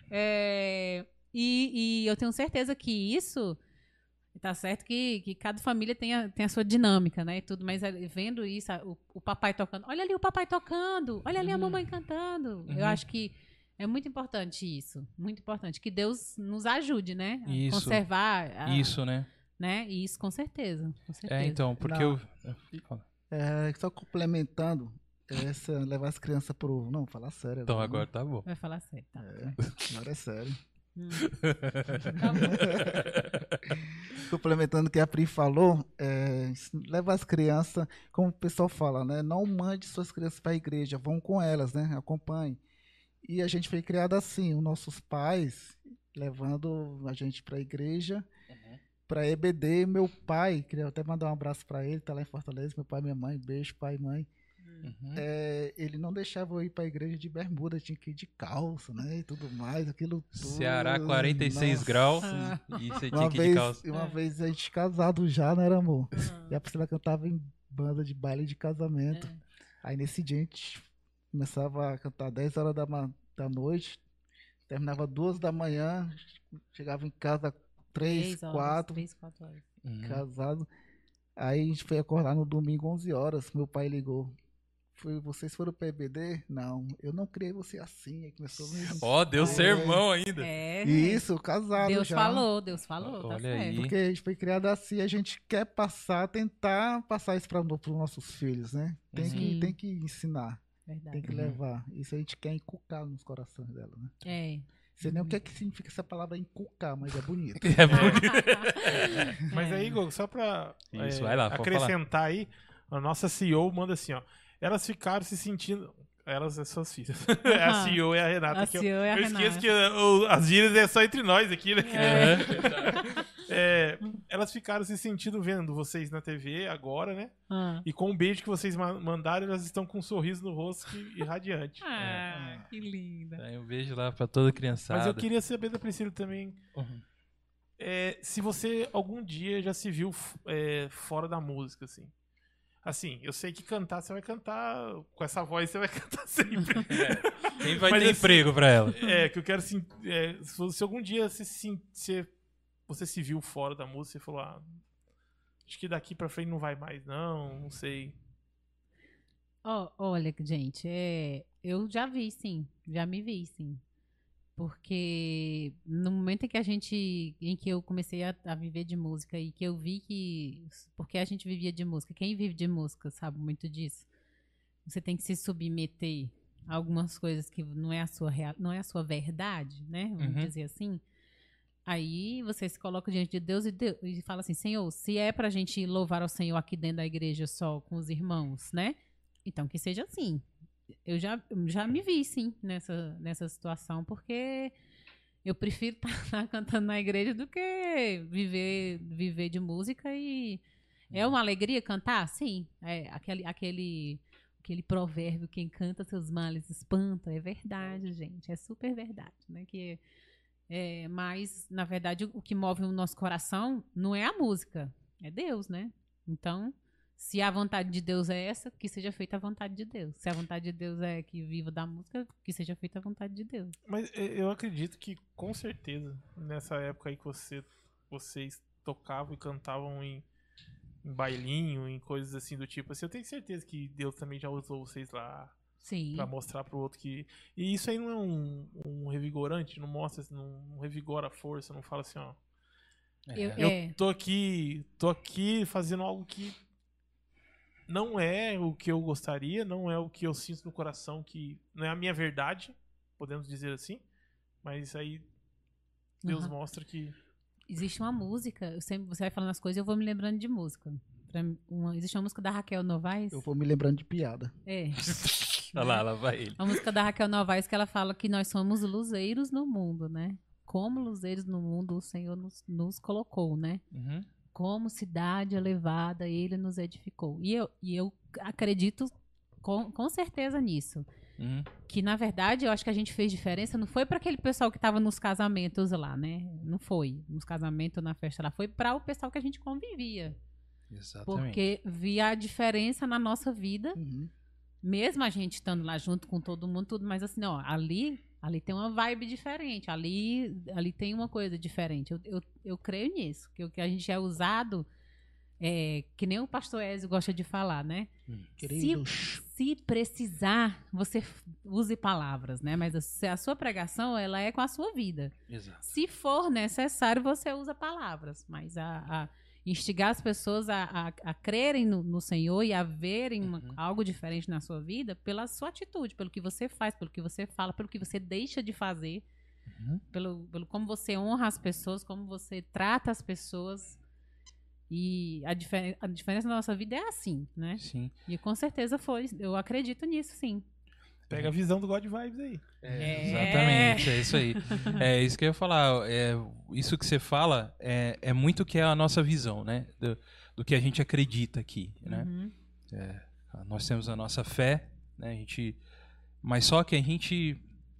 é, e, e eu tenho certeza que isso. Tá certo que, que cada família tem a, tem a sua dinâmica, né? E tudo, mas é, vendo isso, a- o, o papai tocando. Olha ali o papai tocando. Olha ali a mamãe cantando. Eu Uhum. acho que é muito importante isso. Muito importante. Que Deus nos ajude, né? A Isso. conservar. a- Isso, né? Né? E isso com certeza. Com certeza. É, então, porque Não. eu. É, só complementando, essa, levar as crianças pro. Não, falar sério. Então né? agora tá bom. Vai falar sério, tá? É, agora é sério. Hum. Tá bom. Complementando o que a Pri falou, é, leva as crianças, como o pessoal fala, né? Não mande suas crianças para a igreja, vão com elas, né? Acompanhe. E a gente foi criado assim, os nossos pais levando a gente para a igreja, para E B D. Meu pai, queria até mandar um abraço para ele, tá lá em Fortaleza, meu pai e minha mãe, beijo, pai e mãe. Uhum. É, ele não deixava eu ir para a igreja de bermuda, tinha que ir de calça, né? E tudo mais, aquilo tudo. Ceará, quarenta e seis Nossa. graus. Ah. E você tinha Uma que ir de vez, calça. uma É. vez a gente casado já, né, amor? Ah, E a Priscila cantava em banda de baile de casamento. é. Aí nesse dia a gente começava a cantar dez horas da, ma- da noite, terminava duas da manhã, chegava em casa três, Três horas, quatro, três, quatro horas. Uhum. casado. Aí a gente foi acordar no domingo onze horas, meu pai ligou. Foi, vocês foram para E B D? Não, eu não criei você assim. Aí começou a me... Ó, deu É. sermão ainda. É, Isso, casado Deus já. falou, Deus falou, tá Olha certo. aí. Porque a gente foi criado assim, a gente quer passar, tentar passar isso para os nossos filhos, né? Tem, Uhum. que, tem que ensinar, Verdade. tem que Uhum. levar. Isso a gente quer inculcar nos corações dela, né? É. Sei nem o que é que significa essa palavra inculcar, mas é bonito. É bonito. Mas É. aí, Igor, só pra Isso, é, vai lá, pode acrescentar aí, a nossa C E O manda assim, ó. Elas ficaram se sentindo. Elas são suas filhas. É a C E O e a Renata. A que eu, C E O e a eu esqueço Renata. que o- as gírias é só entre nós aqui, né? É. É, elas ficaram se sentindo vendo vocês na T V agora, né? Ah, E com o beijo que vocês ma- mandaram, elas estão com um sorriso no rosto que- irradiante. Ah, que linda. Aí um beijo lá pra toda criançada. Mas eu queria saber da Priscila também. Uhum. É, se você algum dia já se viu f- é, fora da música, assim. Assim, eu sei que cantar você vai cantar, com essa voz você vai cantar sempre. Quem vai Mas ter assim- emprego pra ela? É, que eu quero assim, é, se você- se algum dia você se, se- você se viu fora da música, você falou, ah, acho que daqui pra frente não vai mais, não, não sei. Ó, olha, gente, é, eu já vi, sim. Já me vi, sim. Porque no momento em que a gente, em que eu comecei a, a viver de música e que eu vi que, porque a gente vivia de música, quem vive de música sabe muito disso. Você tem que se submeter a algumas coisas que não é a sua real, não é a sua verdade, né? Vamos Uhum. dizer assim. Aí você se coloca diante de Deus e, Deus e fala assim, Senhor, se é pra gente louvar ao Senhor aqui dentro da igreja só com os irmãos, né? Então que seja assim. Eu já, já me vi, sim, nessa, nessa situação, porque eu prefiro estar cantando na igreja do que viver, viver de música e é uma alegria cantar? Sim. É aquele, aquele, aquele provérbio, quem canta seus males espanta, é verdade, gente, é super verdade, né? Que, é, mas, na verdade, o que move o nosso coração não é a música, é Deus, né? Então, se a vontade de Deus é essa, que seja feita a vontade de Deus. Se a vontade de Deus é que viva da música, que seja feita a vontade de Deus. Mas é, eu acredito que, com certeza, nessa época aí que você, vocês tocavam e cantavam em, em bailinho, em coisas assim do tipo, assim, eu tenho certeza que Deus também já usou vocês lá Sim. pra mostrar pro outro que... E isso aí não é um, um revigorante? Não mostra, não, não revigora a força, não fala assim, ó... Eu, É. Eu é, tô aqui, tô aqui fazendo algo que não é o que eu gostaria, não é o que eu sinto no coração, que não é a minha verdade, podemos dizer assim. Mas aí Deus Uhum. mostra que... Existe uma música, eu sempre, você vai falando as coisas, eu vou me lembrando de música. Pra mim, uma- existe uma música da Raquel Novaes. Eu vou me lembrando de piada. É. Olha lá, lá vai ele. A música da Raquel Novaes que ela fala que nós somos luzeiros no mundo, né? Como luzeiros no mundo o Senhor nos, nos colocou, né? Uhum. Como cidade elevada ele nos edificou. E eu, e eu acredito com, com certeza nisso. Uhum. Que, na verdade, eu acho que a gente fez diferença. Não foi para aquele pessoal que estava nos casamentos lá, né? Não foi. Nos casamentos, na festa lá. Foi para o pessoal que a gente convivia. Exatamente. Porque via a diferença na nossa vida. Uhum. Mesmo a gente estando lá junto com todo mundo, tudo, mas assim, ó, ali, ali tem uma vibe diferente, ali, ali tem uma coisa diferente. Eu, eu, eu creio nisso, que o que a gente é usado, é, que nem o pastor Ezio gosta de falar, né? Se, Queridos. se precisar, você f- use palavras, né? Mas a, a sua pregação, ela é com a sua vida. Exato. Se for necessário, você usa palavras, mas a, a instigar as pessoas a, a, a crerem no, no Senhor e a verem uma- Uhum. algo diferente na sua vida pela sua atitude, pelo que você faz, pelo que você fala, pelo que você deixa de fazer, Uhum. pelo, pelo como você honra as pessoas, como você trata as pessoas. E a, difer a diferença na nossa vida é assim, né? Sim. E com certeza foi. Eu acredito nisso, sim. Pega a visão do God Vibes aí. É, exatamente, é isso aí. É isso que eu ia falar. É, isso que você fala é, é muito que é a nossa visão, né? Do, do que a gente acredita aqui, né? Uhum. Nós temos a nossa fé, né? A gente, mas só que a gente,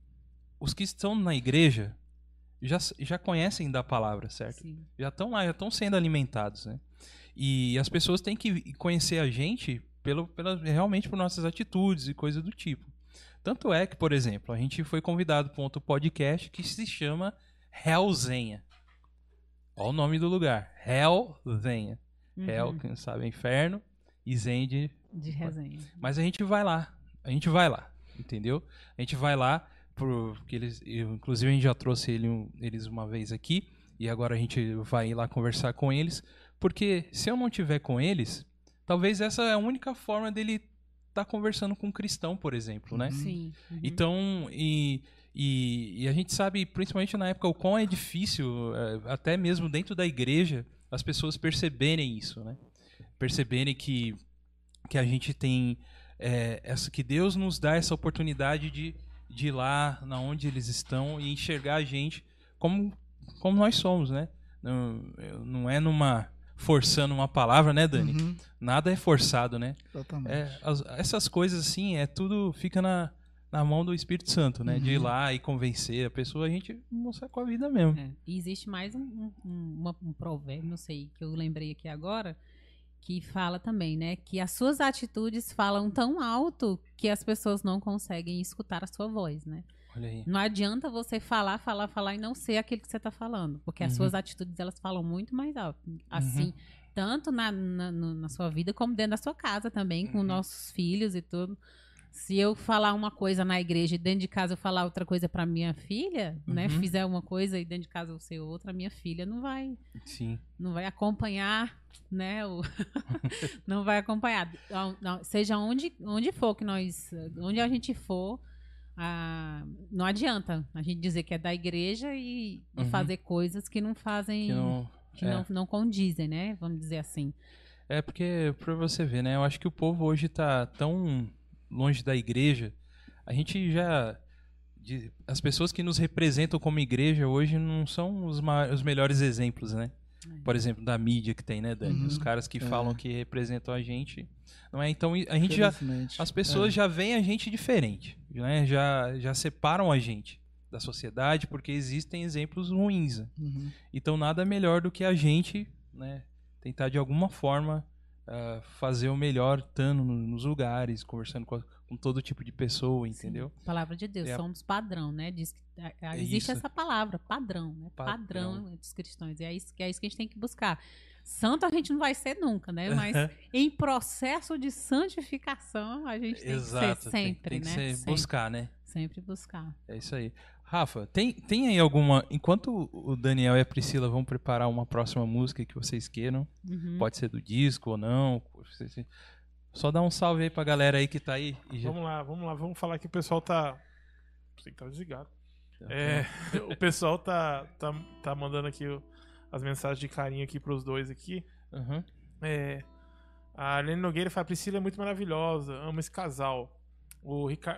os que estão na igreja já, já conhecem da palavra, certo? Sim. Já estão lá, já estão sendo alimentados, né? E as pessoas têm que conhecer a gente pelo, pela, realmente por nossas atitudes e coisas do tipo. Tanto é que, por exemplo, a gente foi convidado para um outro podcast que se chama Hellzenha. Olha o nome do lugar, Hellzenha. Uhum. Hell, quem sabe, é inferno, e Zen de... De resenha. Mas a gente vai lá, a gente vai lá, entendeu? A gente vai lá, porque eles, eu, inclusive a gente já trouxe ele, um- eles uma vez aqui, e agora a gente vai ir lá conversar com eles, porque se eu não tiver com eles, talvez essa é a única forma dele estar conversando com um cristão, por exemplo, né? Sim. Uhum. Então, e, e, e a gente sabe, principalmente na época, o quão é difícil, eh, até mesmo dentro da igreja, as pessoas perceberem isso, né? Perceberem que, que a gente tem, eh, essa, que Deus nos dá essa oportunidade de, de ir lá na onde eles estão e enxergar a gente como, como nós somos, né? Não, não é numa forçando uma palavra, né, Dani? Uhum. Nada é forçado, né? Exatamente. É, as- essas coisas assim, é tudo fica na, na mão do Espírito Santo, né? De ir Uhum. lá e convencer a pessoa, a gente mostrar com a vida mesmo. É. E existe mais um, um, um- uma- um provérbio, não sei, que eu lembrei aqui agora, que fala também, né? Que as suas atitudes falam tão alto que as pessoas não conseguem escutar a sua voz, né? Olha aí. Não adianta você falar, falar, falar e não ser aquilo que você está falando. Porque as Uhum. suas atitudes, elas falam muito mais alto. Assim, tanto na, na, no- na sua vida, como dentro da sua casa também, com Uhum. nossos filhos e tudo. Se eu falar uma coisa na igreja e dentro de casa eu falar outra coisa para minha filha, né? Uhum. Fizer uma coisa e dentro de casa eu ser outra, minha filha não vai, Sim. não vai acompanhar, né? O não vai acompanhar. Não, não, seja onde, onde for que nós, onde a gente for, ah, não adianta a gente dizer que é da igreja e, e Uhum. fazer coisas que não fazem, Que não, que é. não, não condizem, né? Vamos dizer assim. É porque, pra você ver, né? Eu acho que o povo hoje tá tão longe da igreja. A gente já. de- as pessoas que nos representam como igreja hoje não são os, ma- os melhores exemplos, né? Por exemplo, da mídia que tem, né, Dani? Uhum. Os caras que É. falam que representam a gente. Não é? Então a gente já. Felizmente. As pessoas É. já veem a gente diferente, né? Já, já separam a gente da sociedade porque existem exemplos ruins. Né? Uhum. Então nada melhor do que a gente, né, tentar de alguma forma ah, fazer o melhor, estando no- nos lugares, conversando com, a- com todo tipo de pessoa, entendeu? Sim, palavra de Deus, É a- somos padrão, né? Diz que, ah, ah, É existe isso. essa palavra, padrão, né? Padrão. Padrão entre os cristãos. E é isso, que é isso que a gente tem que buscar. Santo a gente não vai ser nunca, né? Mas em processo de santificação a gente tem Exato, que ser tem- sempre, tem, que né? ser Sempre, buscar, né? sempre buscar. É isso aí. Rafa, tem, tem aí alguma. Enquanto o Daniel e a Priscila vão preparar uma próxima música que vocês queiram, Uhum. pode ser do disco ou não. Só dá um salve aí pra galera aí que tá aí. E já- Vamos lá, vamos lá, vamos falar que o pessoal tá. Sei que tá desligado. É, o pessoal tá, tá, tá mandando aqui o- as mensagens de carinho aqui pros dois aqui. Uhum. É, a Arlene Nogueira fala, Priscila é muito maravilhosa, amo esse casal. O, Rica-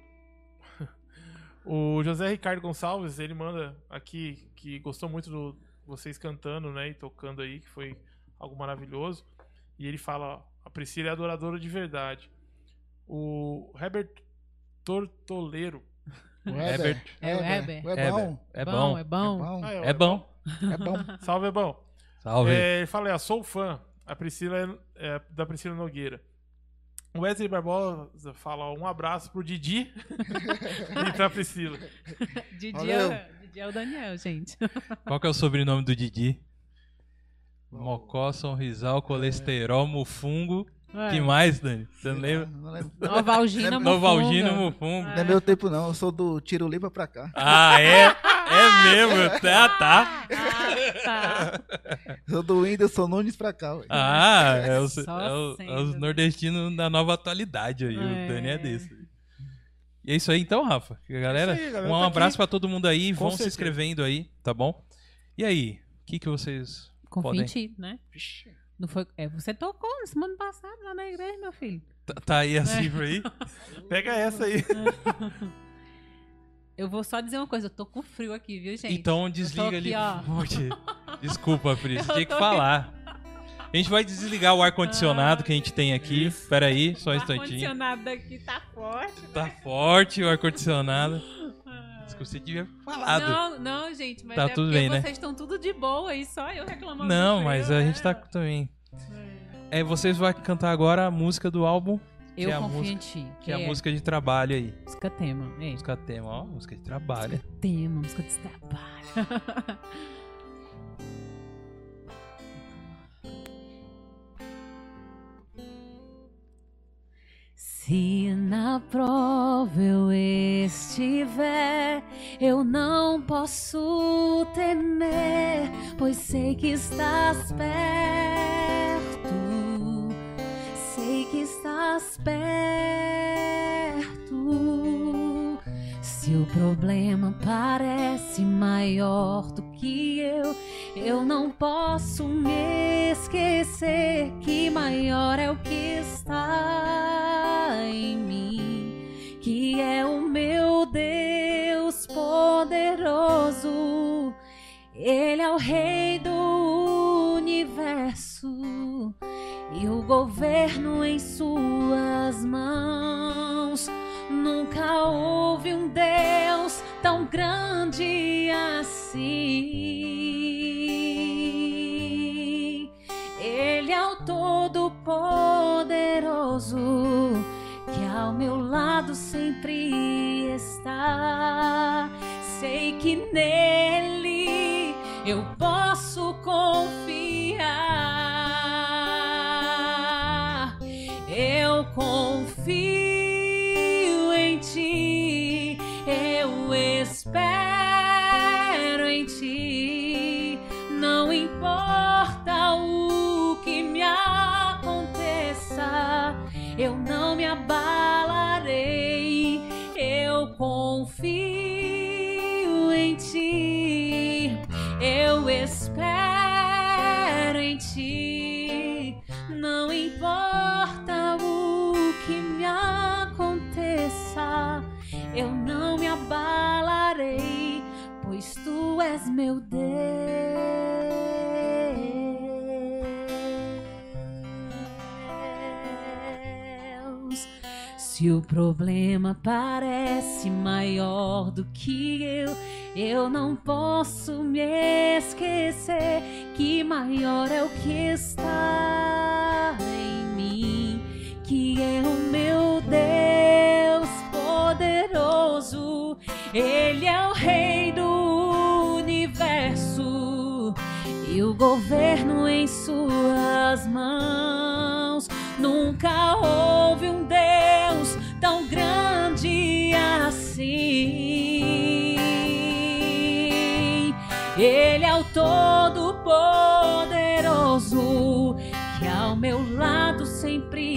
o, o José Ricardo Gonçalves, ele manda aqui que gostou muito de vocês cantando, né, e tocando aí, que foi algo maravilhoso. E ele fala, ó, a Priscila é adoradora de verdade. O Herbert Tortoleiro. O Herbert. É o Herbert. É bom. É bom, bom. é bom. É bom. Ah, É bom. É bom. Salve, é bom. Salve. É, ele fala, ó, sou fã. A Priscila é, é da Priscila Nogueira. O Wesley Barbosa fala, ó, um abraço pro Didi e pra Priscila. Didi Valeu. é, Didi é o Daniel, gente. Qual que é o sobrenome do Didi? Oh. Mocó, sonrisal, colesterol, mufungo. É. Que mais, Dani? Você não Sei lá, lembra? não lembro. Novalgina Novalgina, Mufunga. mufungo. Não é meu tempo, não. Eu sou do Tiro Limpa pra cá. Ah, é? É mesmo? Tá, tá. Ah, tá. Sou do Whindersson Nunes pra cá. ué. Ah, é os, Só é o- é os sendo. nordestinos da nova atualidade aí. O É. Dani é desse. E é isso aí então, Rafa. Galera, É isso aí, galera. um Tá abraço aqui. pra todo mundo aí. Com Vão se certeza. inscrevendo aí, tá bom? E aí, o que, que vocês Confia podem... em ti, né? Não foi... é, você tocou semana passada lá na igreja, meu filho. Tá, tá aí a cifra aí? Pega essa aí. Eu vou só dizer uma coisa, eu tô com frio aqui, viu, gente? Então Eu tô desliga aqui, ali. ó. Poxa, desculpa, Pri, você Eu tinha que tô falar. A gente vai desligar o ar-condicionado que a gente tem aqui. Espera aí, só um O instantinho. ar-condicionado daqui tá forte. Tá forte o ar-condicionado. Isso que você devia falado. Não, não, gente, mas Tá é tudo porque bem, né? vocês estão tudo de boa e só eu reclamando Não, do frio, mas a né? gente tá também. É, vocês vão cantar agora a música do álbum, Eu é a confio música- em ti. que é a música de trabalho aí. Música tema. É. Música tema, ó, música de trabalho. Tema, música de trabalho. Se na prova eu estiver, eu não posso temer, pois sei que estás perto, sei que estás perto. Se o problema parece maior do que eu, eu não posso me esquecer que maior é o que está em mim, que é o meu Deus poderoso. Ele é o Rei do universo e o governo em suas mãos. Nunca houve um Deus tão grande assim. Ele é o Todo-Poderoso que ao meu lado sempre está. Sei que nele eu posso confiar. Eu confio em ti, eu espero em ti. Não importa o que me aconteça, eu não me abalarei. Eu confio em ti, eu espero em ti. Não importa o que me aconteça, eu não me abalarei, pois tu és meu Deus. Se o problema parece maior do que eu, eu não posso me esquecer que maior é o que está em mim, que é o meu Deus poderoso. Ele é o Rei do universo e o governo em suas mãos. Nunca houve um Deus tão grande assim. Ele é o Todo-Poderoso que ao meu lado sempre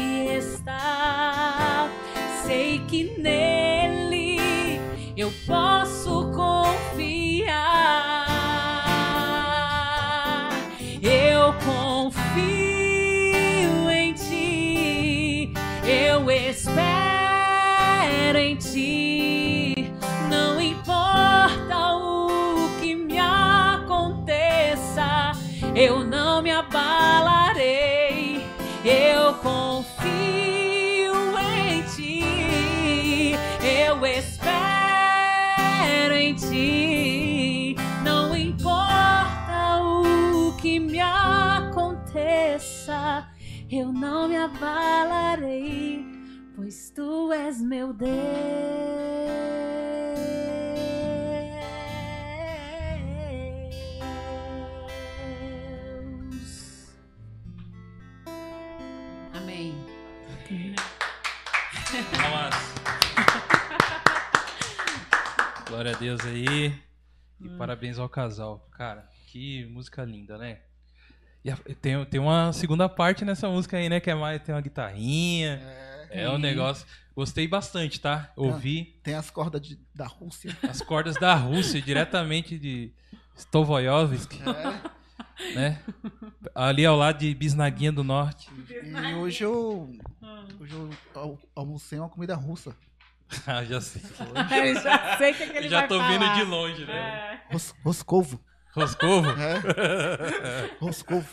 está. Sei que nele eu posso confiar. Eu espero em ti, não importa o que me aconteça, eu não me abalarei, eu confio em ti, eu espero em ti, não importa o que me aconteça, eu não me abalarei, pois tu és meu Deus. Amém. Palmas. Glória a Deus aí. E parabéns ao casal. Cara, que música linda, né? E a- tem, tem uma segunda parte nessa música aí, né? Que é mais, tem uma guitarrinha. É, é um negócio. Gostei bastante, tá? Ouvi Tem as cordas de- da Rússia. as cordas da Rússia, diretamente de Stovoyovsk, É. né? Ali ao lado de Bisnaguinha do Norte. E hoje eu, hoje eu al- almocei uma comida russa. Ah, já sei. Eu já sei o que, que ele Já vai tô falar. vindo de longe, né? É. Ros, roscovo. Roscovo? É. Roscovo.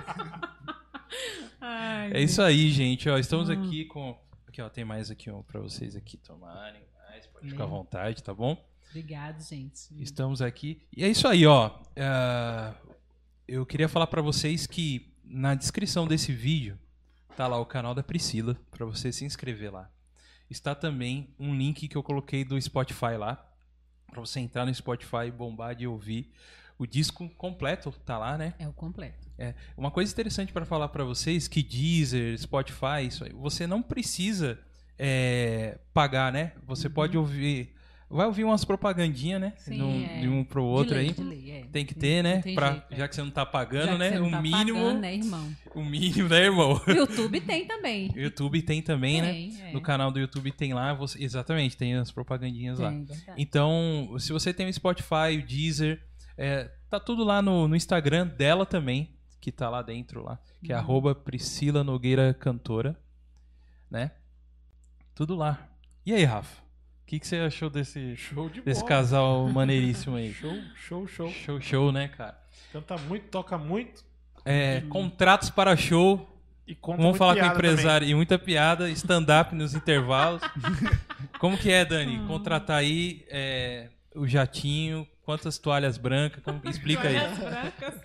Ai, É isso aí, gente. Ó, estamos aqui com... Aqui, ó, tem mais aqui ó, pra vocês aqui tomarem. Mais, pode ficar à Bem. vontade, tá bom? Obrigado, gente. Estamos aqui. E é isso aí, ó. Ah, eu queria falar pra vocês que na descrição desse vídeo tá lá o canal da Priscila, pra você se inscrever lá. Está também um link que eu coloquei do Spotify lá, pra você entrar no Spotify, bombar de ouvir. O disco completo tá lá, né? É o completo. É, uma coisa interessante para falar para vocês que Deezer, Spotify, isso aí, você não precisa é, pagar, né? Você pode ouvir, vai ouvir umas propagandinhas, né? Sim, Num- é. de um pro outro De lei, aí. de lei, é. Tem que ter, né? Não tem Pra- jeito, é. já que você não tá pagando, Já que né? você não O tá mínimo, pagando, né, irmão? o mínimo, né, irmão? O YouTube tem também. YouTube tem também, né? Tem, é. No canal do YouTube tem lá, você- exatamente, tem as propagandinhas lá. Tem, verdade. Então, se você tem o Spotify, o Deezer, é, tá tudo lá no, no Instagram dela também, que tá lá dentro, lá, que é Uhum. arroba Priscila Nogueira Cantora, né? Tudo lá. E aí, Rafa? O que, que você achou desse, Show de desse bola. casal maneiríssimo aí? Show, show, show. Show, show, né, cara? Canta muito, toca muito É, contratos para show. e conta Vamos muito falar com o piada empresário. E muita piada, stand-up nos intervalos. Como que é, Dani? Contratar aí é, o jatinho, quantas toalhas brancas? Como- explica aí. Olhas brancas.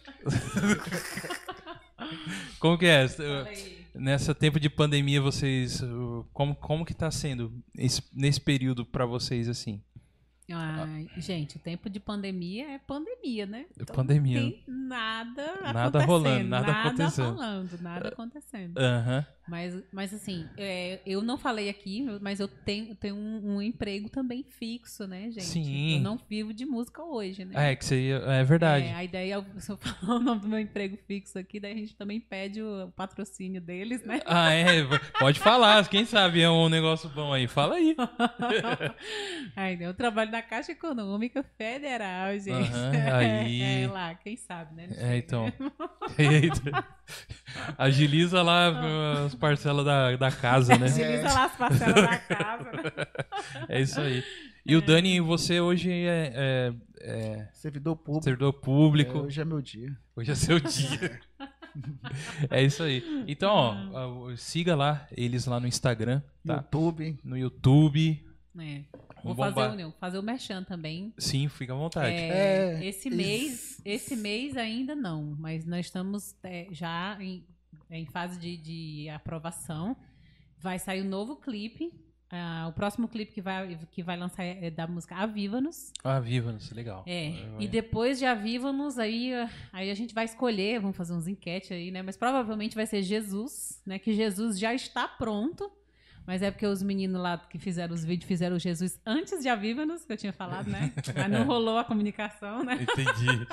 Como que é? Fala aí. Nessa tempo de pandemia, vocês... uh, Como, como que tá sendo esse- nesse período para vocês, assim? Ai, gente, o tempo de pandemia é pandemia, né? Pandemia. Não tem nada Nada acontecendo. rolando, nada acontecendo. rolando, nada acontecendo. Aham. Mas, mas assim, é, eu não falei aqui, mas eu tenho, eu tenho um, um emprego também fixo, né, gente? Sim. Eu não vivo de música hoje, né? Ah, é que você... É verdade. É, a ideia é, se eu falar o nome do meu emprego fixo aqui, daí a gente também pede o patrocínio deles, né? Ah, é? Pode falar. Quem sabe é um negócio bom aí. Fala aí. Aí, eu trabalho na Caixa Econômica Federal, gente. Aham, aí. É, lá, quem sabe, né? Não É, sei. então. Eita. Agiliza lá as parcelas da, da casa, né? Utiliza lá as parcelas da casa. Né? É isso aí. E o Dani, você hoje é, é- é Servidor público. servidor É, público. hoje é meu dia. Hoje é seu dia. É isso aí. Então, ó, ó, siga lá eles lá no Instagram, tá? YouTube. No YouTube. É. Vamos Vou fazer bombar. o, não, fazer o merchan também. Sim, fica à vontade. É, É, esse es- mês, esse mês ainda não, mas nós estamos é, já em, em fase de, de aprovação. Vai sair um novo clipe. Ah, o próximo clipe que vai, que vai lançar é da música Aviva-nos. Ah, viva-nos, legal. É, Vai. e depois de Aviva-nos, aí, ah, aí a gente vai escolher, vamos fazer uns enquete aí, né? Mas provavelmente vai ser Jesus, né? Que Jesus já está pronto. Mas é porque os meninos lá que fizeram os vídeos fizeram o Jesus antes de Aviva-nos, que eu tinha falado, né? Mas não rolou a comunicação, né? Entendi.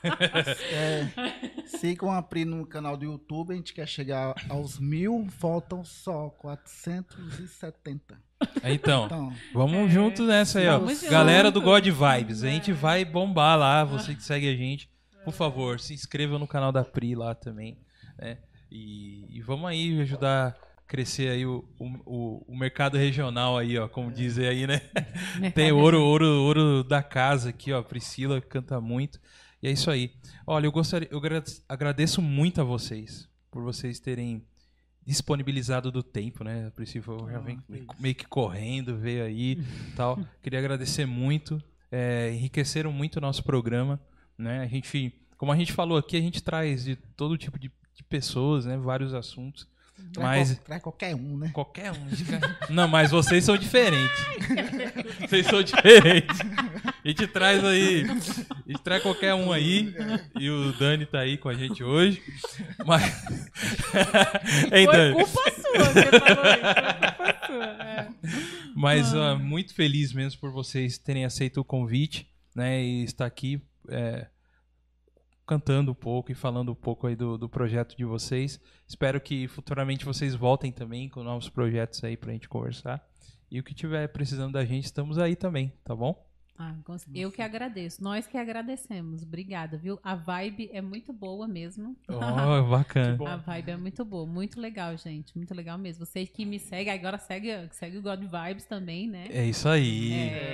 É, sigam a Pri no canal do YouTube. A gente quer chegar aos mil. Faltam só quatrocentos e setenta. Então, Então, vamos É, junto nessa aí, ó. vamos junto. Galera do God Vibes, a gente É. vai bombar lá, você que segue a gente. Por favor, se inscreva no canal da Pri lá também, né? E, e vamos aí ajudar crescer aí o, o, o mercado regional aí, ó, como dizem aí, né? Mercado Tem ouro, ouro, ouro da casa aqui, ó. Priscila canta muito. E é isso aí. Olha, eu gostaria, eu agradeço muito a vocês por vocês terem disponibilizado do tempo, né? A Priscila já vem meio que correndo, veio aí e tal. Queria agradecer muito. É, enriqueceram muito o nosso programa, né? A gente, como a gente falou aqui, a gente traz de todo tipo de, de pessoas, né? Vários assuntos. Traz, Mas qual, traz qualquer um, né? qualquer um. Não, mas vocês são diferentes. Vocês são diferentes. A gente traz aí, a gente traz qualquer um aí. E o Dani tá aí com a gente hoje. Mas Ei, Foi Dani. culpa sua, você falou isso. Foi culpa sua. É. Mas uh, muito feliz mesmo por vocês terem aceito o convite, né? E estar aqui é, cantando um pouco e falando um pouco aí do, do projeto de vocês. Espero que futuramente vocês voltem também com novos projetos aí pra gente conversar. E o que tiver precisando da gente, estamos aí também, tá bom? Ah, eu que agradeço. Nós que agradecemos. Obrigada, viu? A vibe é muito boa mesmo. Oh, bacana. bom. A vibe é muito boa. Muito legal, gente. Muito legal mesmo. Vocês que me seguem, agora segue, segue o God Vibes também, né? É isso aí.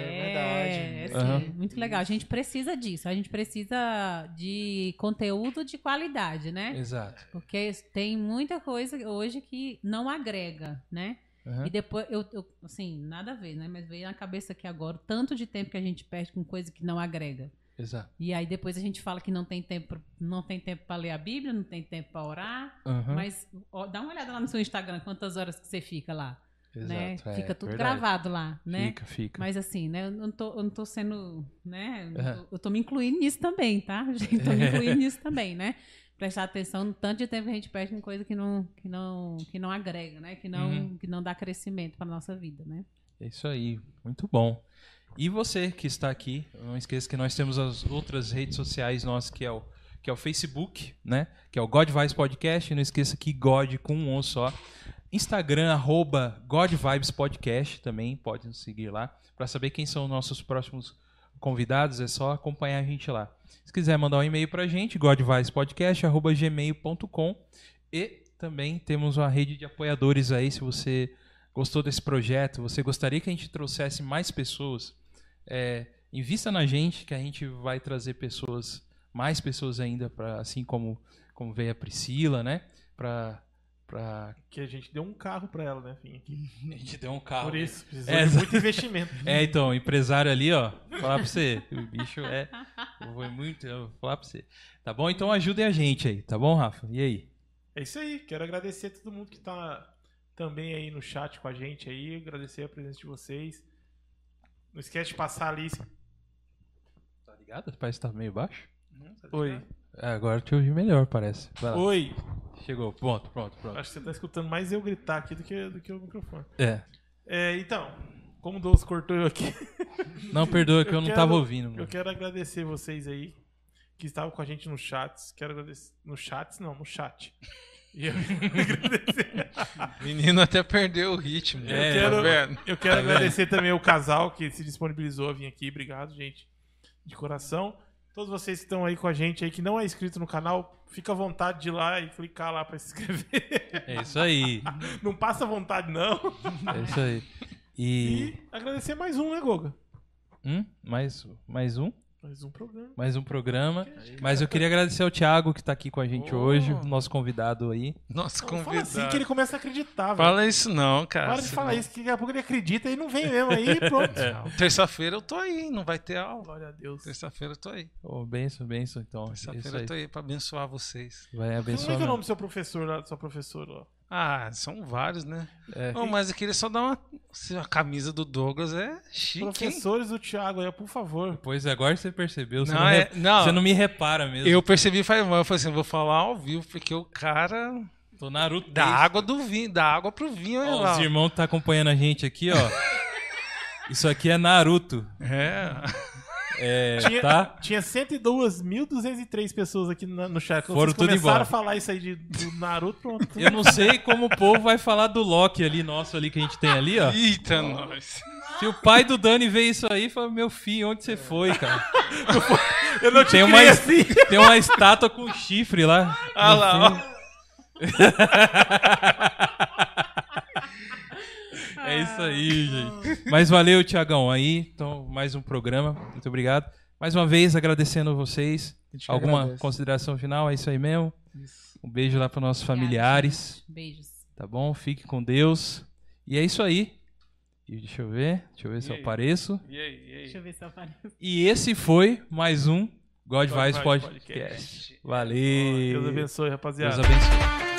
É, verdade. assim, Uhum. muito legal. A gente precisa disso. A gente precisa de conteúdo de qualidade, né? Exato. Porque tem muita coisa hoje que não agrega, né? Uhum. E depois, eu, eu, assim, nada a ver, né? Mas veio na cabeça aqui agora o tanto de tempo que a gente perde com coisa que não agrega. Exato. E aí depois a gente fala que não tem tempo, não tem tempo para ler a Bíblia, não tem tempo para orar. Uhum. Mas ó, dá uma olhada lá no seu Instagram, quantas horas que você fica lá. Né? Exato. É, Fica tudo verdade. gravado lá, né? Fica, fica. Mas assim, né? Eu não tô, eu não tô sendo, né? Eu, Uhum. tô, eu tô me incluindo nisso também, tá? Gente, tô me incluindo nisso também, né? Prestar atenção no tanto de tempo que a gente perde com coisa que não, que não, que não agrega, né? Que não, Uhum. que não dá crescimento para nossa vida, né? É isso aí, muito bom. E você que está aqui, não esqueça que nós temos as outras redes sociais nossas, que é o, que é o Facebook, né? Que é o God Vibes Podcast. Não esqueça que God com um O só. Instagram, arroba God Vibes Podcast, também pode nos seguir lá. Para saber quem são os nossos próximos convidados, é só acompanhar a gente lá. Se quiser mandar um e-mail pra gente, godvibespodcast arroba gmail ponto com. E também temos uma rede de apoiadores aí, se você gostou desse projeto, você gostaria que a gente trouxesse mais pessoas, é, invista na gente, que a gente vai trazer pessoas, mais pessoas ainda, pra, assim como, como veio a Priscila, né? Pra, pra... Que a gente deu um carro pra ela, né, Fim? Aqui. A gente deu um carro. Por isso, precisou É, de muito investimento. É, então, empresário ali, ó, falar pra você, o bicho é, foi muito, eu vou falar pra você. Tá bom? Então ajudem a gente aí, tá bom, Rafa? E aí? É isso aí. Quero agradecer a todo mundo que tá também aí no chat com a gente aí. Agradecer a presença de vocês. Não esquece de passar ali. Tá ligado? Parece que tá meio baixo. Oi. É, agora eu te ouvi melhor, parece. Vai lá. Oi. Chegou, pronto, pronto, pronto. Acho que você tá escutando mais eu gritar aqui do que, do que o microfone. É. É, então, como o Douglas cortou eu aqui, Não, perdoa que eu, não quero- tava ouvindo. eu Mano. quero agradecer vocês aí que estavam com a gente nos chats. Quero agradecer. No chats? Não, no chat. E eu agradecer. O menino até perdeu o ritmo. Eu É, quero, tá vendo? eu quero Tá vendo? agradecer também o casal que se disponibilizou a vir aqui. Obrigado, gente. De coração. Todos vocês que estão aí com a gente aí, que não é inscrito no canal, fica à vontade de ir lá e clicar lá pra se inscrever. É isso aí. Não passa vontade, não. É isso aí. E. E agradecer mais um, né, Goga? Hum? Mais, mais um? Mais um programa. Mais um programa. Mas eu queria agradecer ao Thiago que tá aqui com a gente Oh. hoje, nosso convidado aí. Nossa, Não fala convidado. assim que ele começa a acreditar, velho. Fala isso não, cara. Para de Senão- falar isso, que daqui a pouco ele acredita e não vem mesmo aí, pronto. Terça-feira eu tô aí, não vai ter aula. Glória a Deus. Terça-feira eu tô aí. Ô, benção, benção, então. É isso Terça-feira eu aí. tô aí pra abençoar vocês. Vai Como é abençoar. que é o mesmo. nome do seu professor lá, do seu professor lá? Ah, são vários, né? É. Não, mas eu queria só dar uma. se A camisa do Douglas é chique, hein? Professores do Thiago aí, por favor. Pois agora você percebeu. Você Não, não, é- re- não. você não me repara mesmo. Eu percebi, faz mal, eu falei assim, vou falar ao vivo, porque o cara. Tô Naruto. Da água do vinho, da água pro vinho, olha Ó, lá. os irmãos que tá acompanhando a gente aqui, ó. Isso aqui é Naruto. É. É, Tinha, tá? tinha cento e dois mil duzentas e três pessoas aqui no, no chat. Quando Foram vocês tudo começaram embora. a falar isso aí de, do Naruto, pronto. Eu não sei como o povo vai falar do Loki ali, nosso ali, que a gente tem ali, ó. Eita, nós. Se o pai do Dani vê isso aí, fala, meu filho, onde você foi, cara? Eu não te Tem uma, criei es- assim. tem uma estátua com chifre lá. Olha no lá, fundo. ó. É isso aí, gente. Mas valeu, Tiagão, aí. Então, mais um programa. Muito obrigado. Mais uma vez, agradecendo vocês. A gente Alguma agradece. consideração final? É isso aí mesmo? Isso. Um beijo lá para nossos Obrigada, familiares. gente. Beijos. Tá bom? Fique com Deus. E é isso aí. E deixa eu ver. Deixa eu ver E se eu aí? apareço. E aí, e aí? Deixa eu ver se eu apareço. E esse foi mais um God God Vibes Vibes Podcast. Podcast. Valeu. Deus abençoe, rapaziada. Deus abençoe.